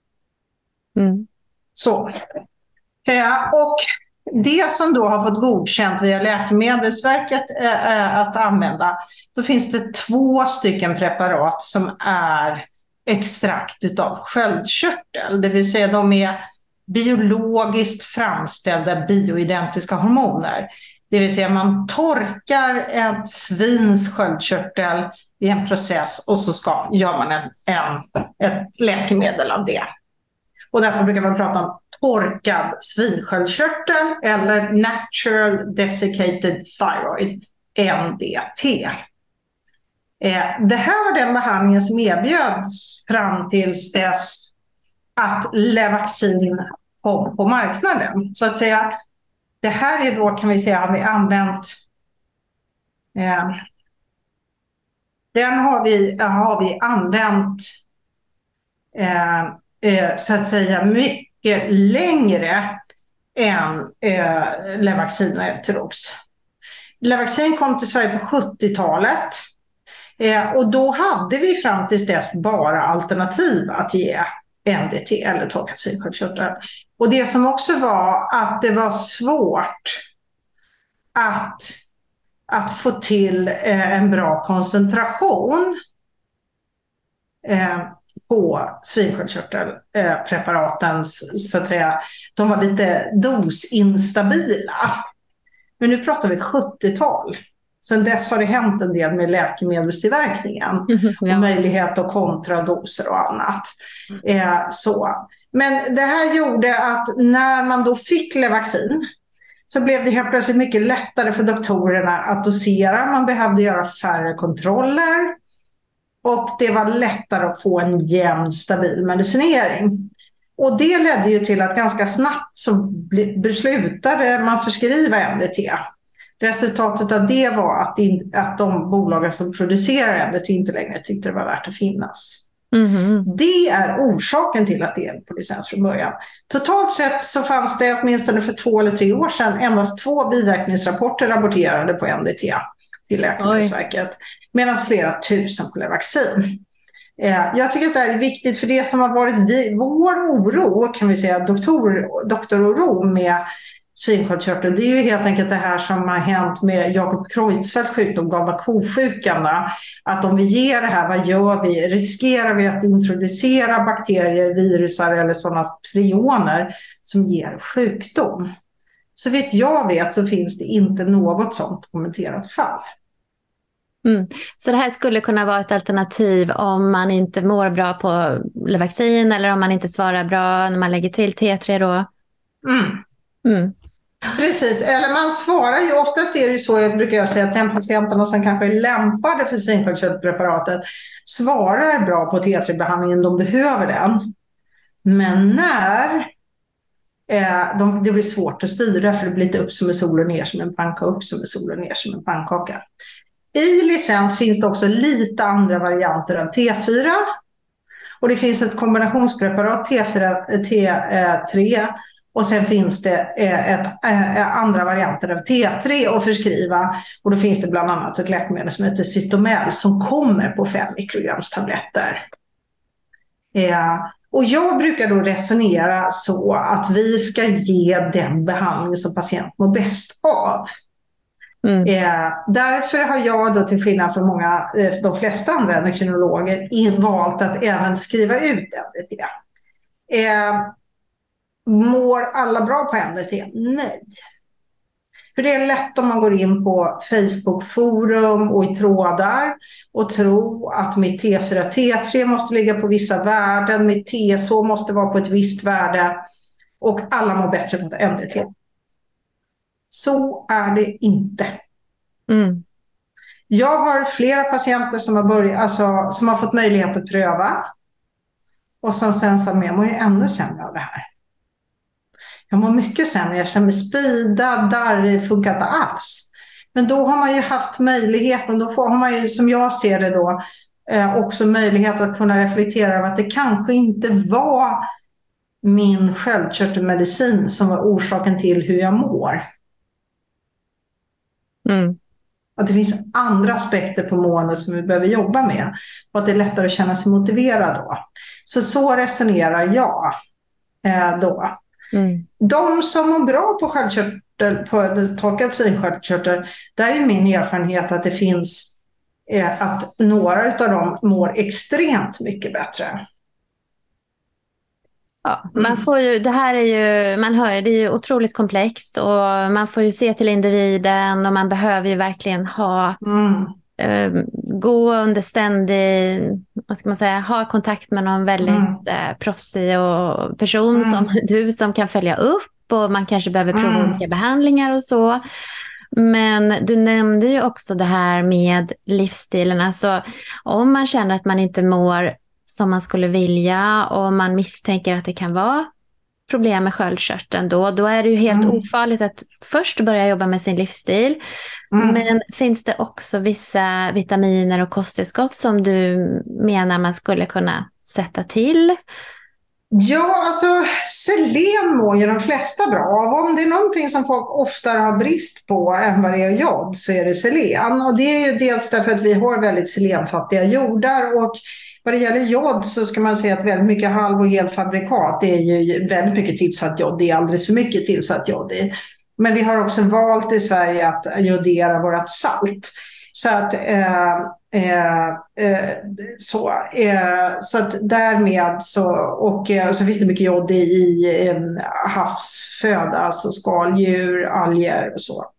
Speaker 2: Så. Och det som då har fått godkänt via Läkemedelsverket att använda, då finns det 2 stycken preparat som är extrakt av sköldkörtel. Det vill säga de är biologiskt framställda bioidentiska hormoner. Det vill säga man torkar ett svins sköldkörtel i en process och så gör man ett läkemedel av det. Och därför brukar man prata om torkad svinsköldkörtel eller Natural Desiccated Thyroid, NDT. Det här var den behandlingen som erbjöds fram tills dess att Levaxin kom på marknaden. Så att säga, det här är då, kan vi säga, har vi använt den har vi använt så att säga mycket längre än Levaxin och Euthyrox. Levaxin kom till Sverige på 70-talet och då hade vi fram till dess bara alternativ att ge NDT eller torkad svinsköldkörtel. Och det som också var att det var svårt att få till en bra koncentration på svinsköldkörtelpreparatens, så att säga, de var lite dosinstabila. Men nu pratar vi 70-tal. Sen dess har det hänt en del med läkemedelstillverkningen och möjlighet att kontra doser och annat. Så. Men det här gjorde att när man då fick Levaxin så blev det helt plötsligt mycket lättare för doktorerna att dosera. Man behövde göra färre kontroller och det var lättare att få en jämn, stabil medicinering. Och det ledde ju till att ganska snabbt så beslutade man förskriva NDT. Resultatet av det var att de bolagen som producerar NDT inte längre tyckte det var värt att finnas. Det är orsaken till att det är på licens från början. Totalt sett så fanns det åtminstone för 2 eller 3 år sedan endast 2 biverkningsrapporter rapporterade på NDT till Läkemedelsverket, medan flera tusen på Levaxin. Jag tycker att det är viktigt, för det som har varit vår oro, kan vi säga, doktororo med svinsköldkörtel, det är ju helt enkelt det här som har hänt med Jakob Creutzfeldts sjukdom, galna ko-sjukan. Att om vi ger det här, vad gör vi? Riskerar vi att introducera bakterier, virusar eller sådana prioner som ger sjukdom? Så vitt jag vet så finns det inte något sådant kommenterat fall.
Speaker 1: Så det här skulle kunna vara ett alternativ om man inte mår bra på Levaxin eller om man inte svarar bra när man lägger till T3 då?
Speaker 2: Precis, eller man svarar ju, oftast är det ju så, brukar jag säga, att den patienten som kanske är lämpade för svinsköldkörtelpreparatet svarar bra på T3-behandlingen, de behöver den. Men när det blir svårt att styra, för det blir lite upp som en sol och ner som en pannkaka, upp som en sol och ner som en pannkaka. I licens finns det också lite andra varianter av T4 och det finns ett kombinationspreparat T3 och sen finns det andra varianter av T3 att förskriva, och då finns det bland annat ett läkemedel som heter Cytomel som kommer på 5 mikrograms tabletter. Och jag brukar då resonera så att vi ska ge den behandling som patient mår bäst av. Därför har jag då, till skillnad från de flesta andra endokrinologer, valt att även skriva ut NDT. Mår alla bra på NDT? Nej. För det är lätt om man går in på Facebook-forum och i trådar och tro att mitt T4, T3 måste ligga på vissa värden, mitt TSH måste vara på ett visst värde och alla mår bättre på ett NDT. Så är det inte.
Speaker 1: Mm.
Speaker 2: Jag har flera patienter som har fått möjlighet att pröva och som sen sa med, mår ju ännu sämre av det här. Jag mår mycket sämre, jag känner mig spidad, darrig, funkar inte alls. Men då har man ju haft möjligheten, då har man ju, som jag ser det då, också möjlighet att kunna reflektera över att det kanske inte var min sköldkörtelmedicin som var orsaken till hur jag mår.
Speaker 1: Mm.
Speaker 2: Att det finns andra aspekter på mående som vi behöver jobba med. Och att det är lättare att känna sig motiverad då. Så resonerar jag då.
Speaker 1: Mm.
Speaker 2: De som mår bra på sköldkörtel, på torkad svinsköldkörtel, där är min erfarenhet att det finns att några av dem mår extremt mycket bättre.
Speaker 1: Ja, man får ju, det här är ju, man hör det är ju otroligt komplext och man får ju se till individen och man behöver ju verkligen gå under ständig, vad ska man säga, ha kontakt med någon väldigt proffsig och person som du som kan följa upp och man kanske behöver prova olika behandlingar och så. Men du nämnde ju också det här med livsstilen, alltså om man känner att man inte mår som man skulle vilja och man misstänker att det kan vara problem med sköldkörteln då är det ju helt ofarligt att först börja jobba med sin livsstil. Men finns det också vissa vitaminer och kosttillskott som du menar man skulle kunna sätta till?
Speaker 2: Ja, alltså selen mår ju de flesta bra av. Om det är någonting som folk oftare har brist på än vad det är jod så är det selen. Och det är ju dels därför att vi har väldigt selenfattiga jordar och vad det gäller jod så ska man säga att väldigt mycket halv- och helfabrikat det är ju väldigt mycket tillsatt jod. Det är alldeles för mycket tillsatt jod i. Men vi har också valt i Sverige att jodera vårt salt. Så att så att därmed så finns det mycket jod i en havsföda, alltså skaldjur, alger och så.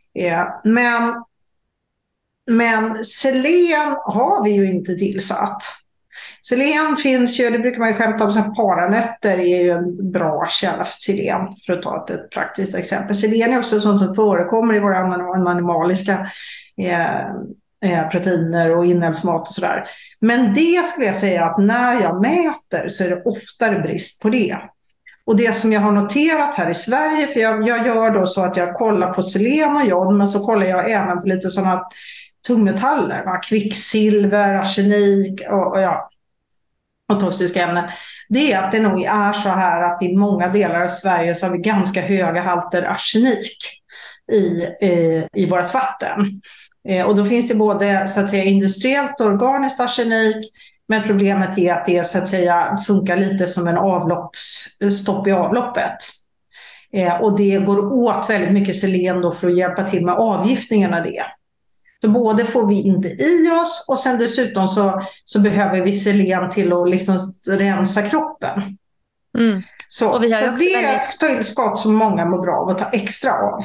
Speaker 2: Men selen har vi ju inte tillsatt. Selen finns ju, det brukar man ju skämta om, som paranötter är ju en bra källa för selen, för att ta ett praktiskt exempel. Selen är också sånt som förekommer i våra animaliska proteiner och inälvsmat och sådär. Men det skulle jag säga att när jag mäter så är det oftare brist på det. Och det som jag har noterat här i Sverige, för jag gör då så att jag kollar på selen och jod, men så kollar jag även på lite sådana tungmetaller, kvicksilver, arsenik och toxiska ämnen. Det är att det nog är så här att i många delar av Sverige så har vi ganska höga halter arsenik i vårt vatten. Och då finns det både så att säga industriellt och organiskt arsenik, men problemet är att det så att säga funkar lite som en stopp i avloppet. Och det går åt väldigt mycket selen då för att hjälpa till med avgiftningen av det. Så både får vi inte i oss och sen dessutom så behöver vi selen till att liksom rensa kroppen. Så det är ett tillskott som många mår bra av att ta extra av.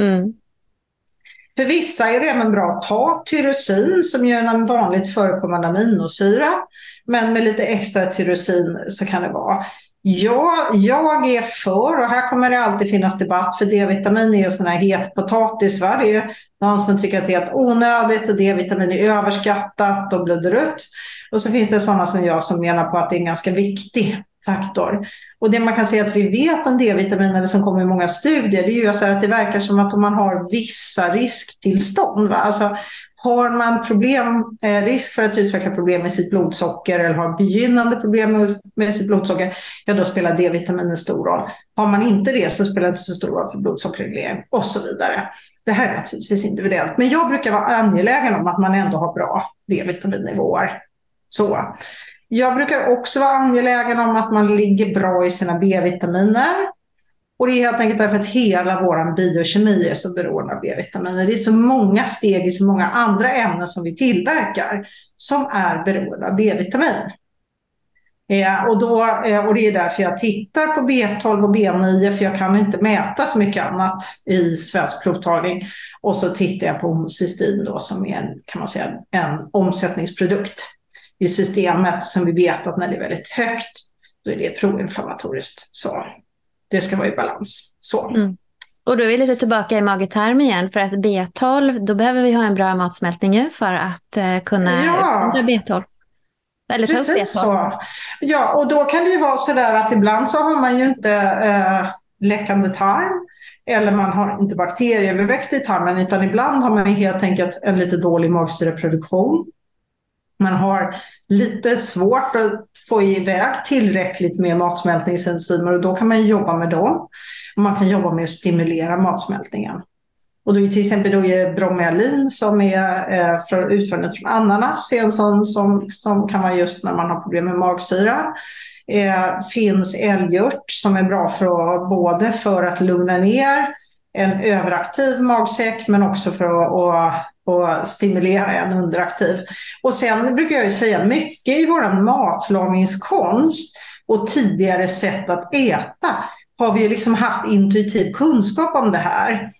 Speaker 2: För vissa är det även bra att ta tyrosin som är en vanligt förekommande aminosyra. Men med lite extra tyrosin så kan det vara. Jag är för, och här kommer det alltid finnas debatt, för D-vitamin är ju sån här het potatis. Va? Det är någon som tycker att det är helt onödigt och D-vitamin är överskattat och blöderött. Och så finns det sådana som jag som menar på att det är en ganska viktig faktor. Och det man kan säga att vi vet om D-vitaminer som kommer i många studier, det är ju så att det verkar som att om man har vissa risktillstånd, va? Alltså har man risk för att utveckla problem med sitt blodsocker eller har begynnande problem med sitt blodsocker, ja då spelar D-vitamin en stor roll. Har man inte det så spelar det inte så stor roll för blodsockerreglering och så vidare. Det här är naturligtvis individuellt, men jag brukar vara angelägen om att man ändå har bra D-vitaminnivåer. Så. Jag brukar också vara angelägen om att man ligger bra i sina B-vitaminer. Och det är helt enkelt därför att hela vår biokemi är så beroende av B-vitaminer. Det är så många steg i så många andra ämnen som vi tillverkar som är beroende av B-vitamin. Och det är därför jag tittar på B12 och B9, för jag kan inte mäta så mycket annat i svensk provtagning. Och så tittar jag på homocystein då, som är kan man säga, en omsättningsprodukt i systemet, som vi vet att när det är väldigt högt, då är det proinflammatoriskt. Så det ska vara i balans. Så.
Speaker 1: Och då är vi lite tillbaka i magetarm igen, för att B12, då behöver vi ha en bra matsmältning ju för att kunna utsöndra B12. Eller ta upp B12.
Speaker 2: Precis så. Ja, och då kan det ju vara så där att ibland så har man ju inte läckande tarm, eller man har inte bakterieöverväxt i tarmen, utan ibland har man ju helt enkelt en lite dålig magsyreproduktion. Man har lite svårt att få iväg tillräckligt med matsmältningsenzymer, och då kan man jobba med dem. Och man kan jobba med att stimulera matsmältningen. Och då är till exempel bromyalin, som är utvunnen från ananas, en sån som kan vara just när man har problem med magsyra. Finns älgört som är bra både för att lugna ner en överaktiv magsäck, men också för att stimulera en underaktiv. Och sen brukar jag ju säga, mycket i vår matlagningskonst och tidigare sätt att äta har vi liksom haft intuitiv kunskap om det här.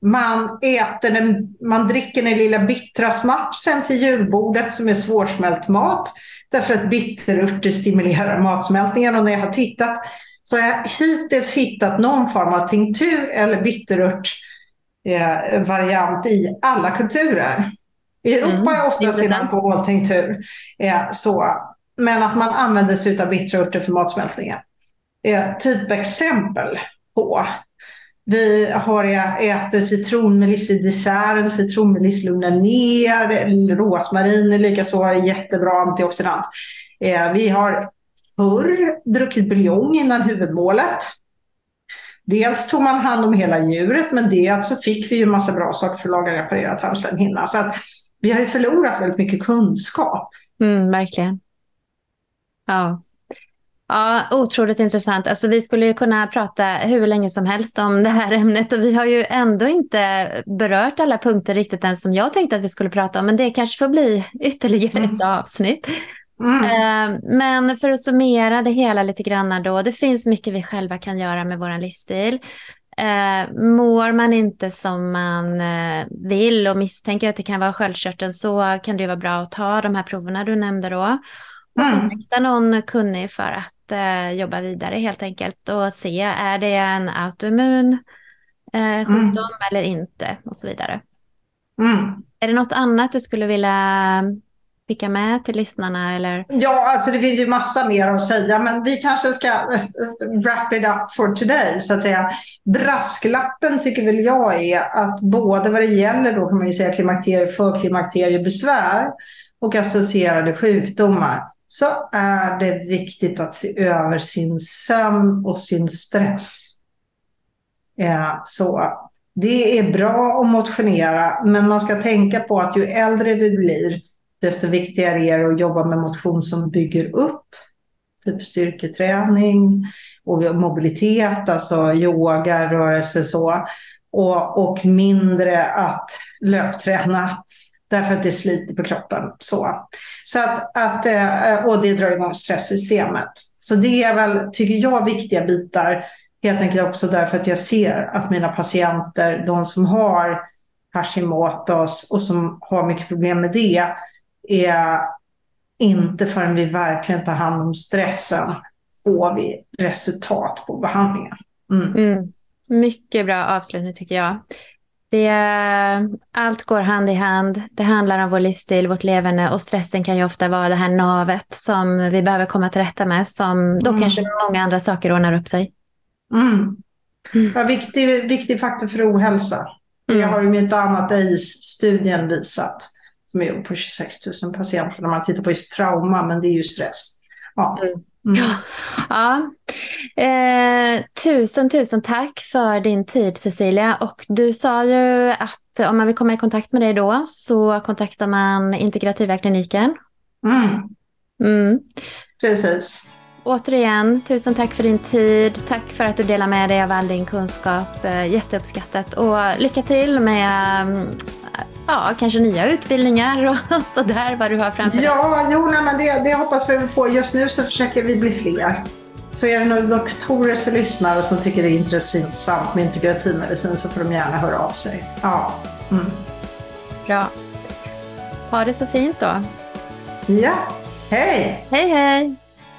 Speaker 2: Man dricker den lilla bittra smapsen till julbordet som är svårsmält mat, därför att bitterörter stimulerar matsmältningen. Och när jag har tittat så har jag hittills hittat någon form av tinktur eller bitterört variant i alla kulturer. I Europa är oftast en alkoholtinktur. Men att man använder sig av bitterörter för matsmältningen. Typexempel på. Vi äter citronmeliss i desserten, citronmeliss lugnar ner, rosmarin är likaså jättebra antioxidant. Vi har förr druckit buljong innan huvudmålet. Dels tog man hand om hela djuret, men så fick vi ju massa bra saker för att laga reparera tarmslemhinnan. Så att vi har ju förlorat väldigt mycket kunskap.
Speaker 1: Verkligen. Ja. Ja, otroligt intressant. Alltså, vi skulle ju kunna prata hur länge som helst om det här ämnet, och vi har ju ändå inte berört alla punkter riktigt än som jag tänkte att vi skulle prata om, men det kanske får bli ytterligare ett avsnitt. Men för att summera det hela lite grann då, det finns mycket vi själva kan göra med vår livsstil. Mår man inte som man vill och misstänker att det kan vara sköldkörteln, så kan det vara bra att ta de här proverna du nämnde då. Och kontakta någon kunnig för att jobba vidare helt enkelt och se, är det en autoimmun sjukdom eller inte, och så vidare. Är det något annat du skulle vilja skicka med till lyssnarna? Eller?
Speaker 2: Ja, alltså det finns ju massa mer att säga, men vi kanske ska wrap it up for today, så att säga. Brasklappen tycker väl jag är att både vad det gäller då, kan man ju säga, förklimakteriebesvär och associerade sjukdomar, så är det viktigt att se över sin sömn och sin stress. Så det är bra att motionera, men man ska tänka på att ju äldre vi blir, desto viktigare är det att jobba med motion som bygger upp, typ styrketräning och mobilitet, alltså yoga, rörelse så, och mindre att löpträna, därför att det sliter på kroppen. Och det drar igång stresssystemet. Så det är väl, tycker jag, viktiga bitar. Helt enkelt också därför att jag ser att mina patienter, de som har Hashimoto's och som har mycket problem med det, är inte förrän vi verkligen tar hand om stressen får vi resultat på behandlingen.
Speaker 1: Mycket bra avslutning tycker jag. Allt går hand i hand. Det handlar om vår livsstil, vårt leverne, och stressen kan ju ofta vara det här navet som vi behöver komma till rätta med, som då kanske många andra saker ordnar upp sig.
Speaker 2: Ja, viktig faktor för ohälsa. Det har ju inte annat ACE-studien visat, som är gjord på 26 000 patienter när man tittar på just trauma, men det är ju stress.
Speaker 1: Tusen tack för din tid, Cecilia. Och du sa ju att om man vill komma i kontakt med dig då, så kontaktar man Integrativa kliniken.
Speaker 2: Precis.
Speaker 1: Återigen, tusen tack för din tid. Tack för att du delar med dig av all din kunskap. Jätteuppskattat. Och lycka till med kanske nya utbildningar och sådär, vad du har framför dig?
Speaker 2: Men det hoppas vi på. Just nu så försöker vi bli fler. Så är det några doktorer som lyssnar och som tycker det är intressant med integrativmedicin, så får de gärna höra av sig. Ja.
Speaker 1: Bra. Ha det så fint då.
Speaker 2: Ja, hej!
Speaker 1: Hej, hej!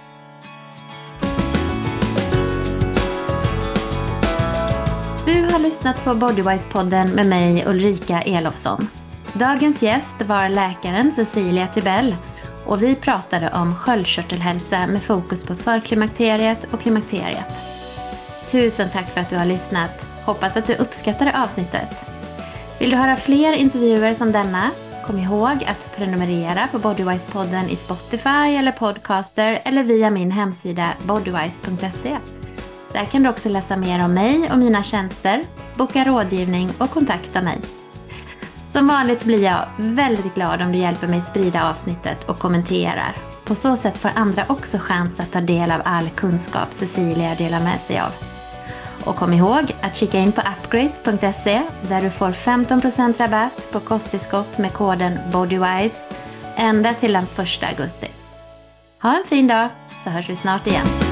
Speaker 1: Du har lyssnat på Bodywise-podden med mig, Ulrika Elofsson. Dagens gäst var läkaren Cecilia Tibell och vi pratade om sköldkörtelhälsa med fokus på förklimakteriet och klimakteriet. Tusen tack för att du har lyssnat. Hoppas att du uppskattade avsnittet. Vill du höra fler intervjuer som denna? Kom ihåg att prenumerera på Bodywise-podden i Spotify eller Podcaster eller via min hemsida bodywise.se. Där kan du också läsa mer om mig och mina tjänster, boka rådgivning och kontakta mig. Som vanligt blir jag väldigt glad om du hjälper mig sprida avsnittet och kommenterar. På så sätt får andra också chans att ta del av all kunskap Cecilia delar med sig av. Och kom ihåg att kika in på upgrade.se där du får 15% rabatt på kosttillskott med koden BODYWISE ända till den 1 augusti. Ha en fin dag, så hörs vi snart igen.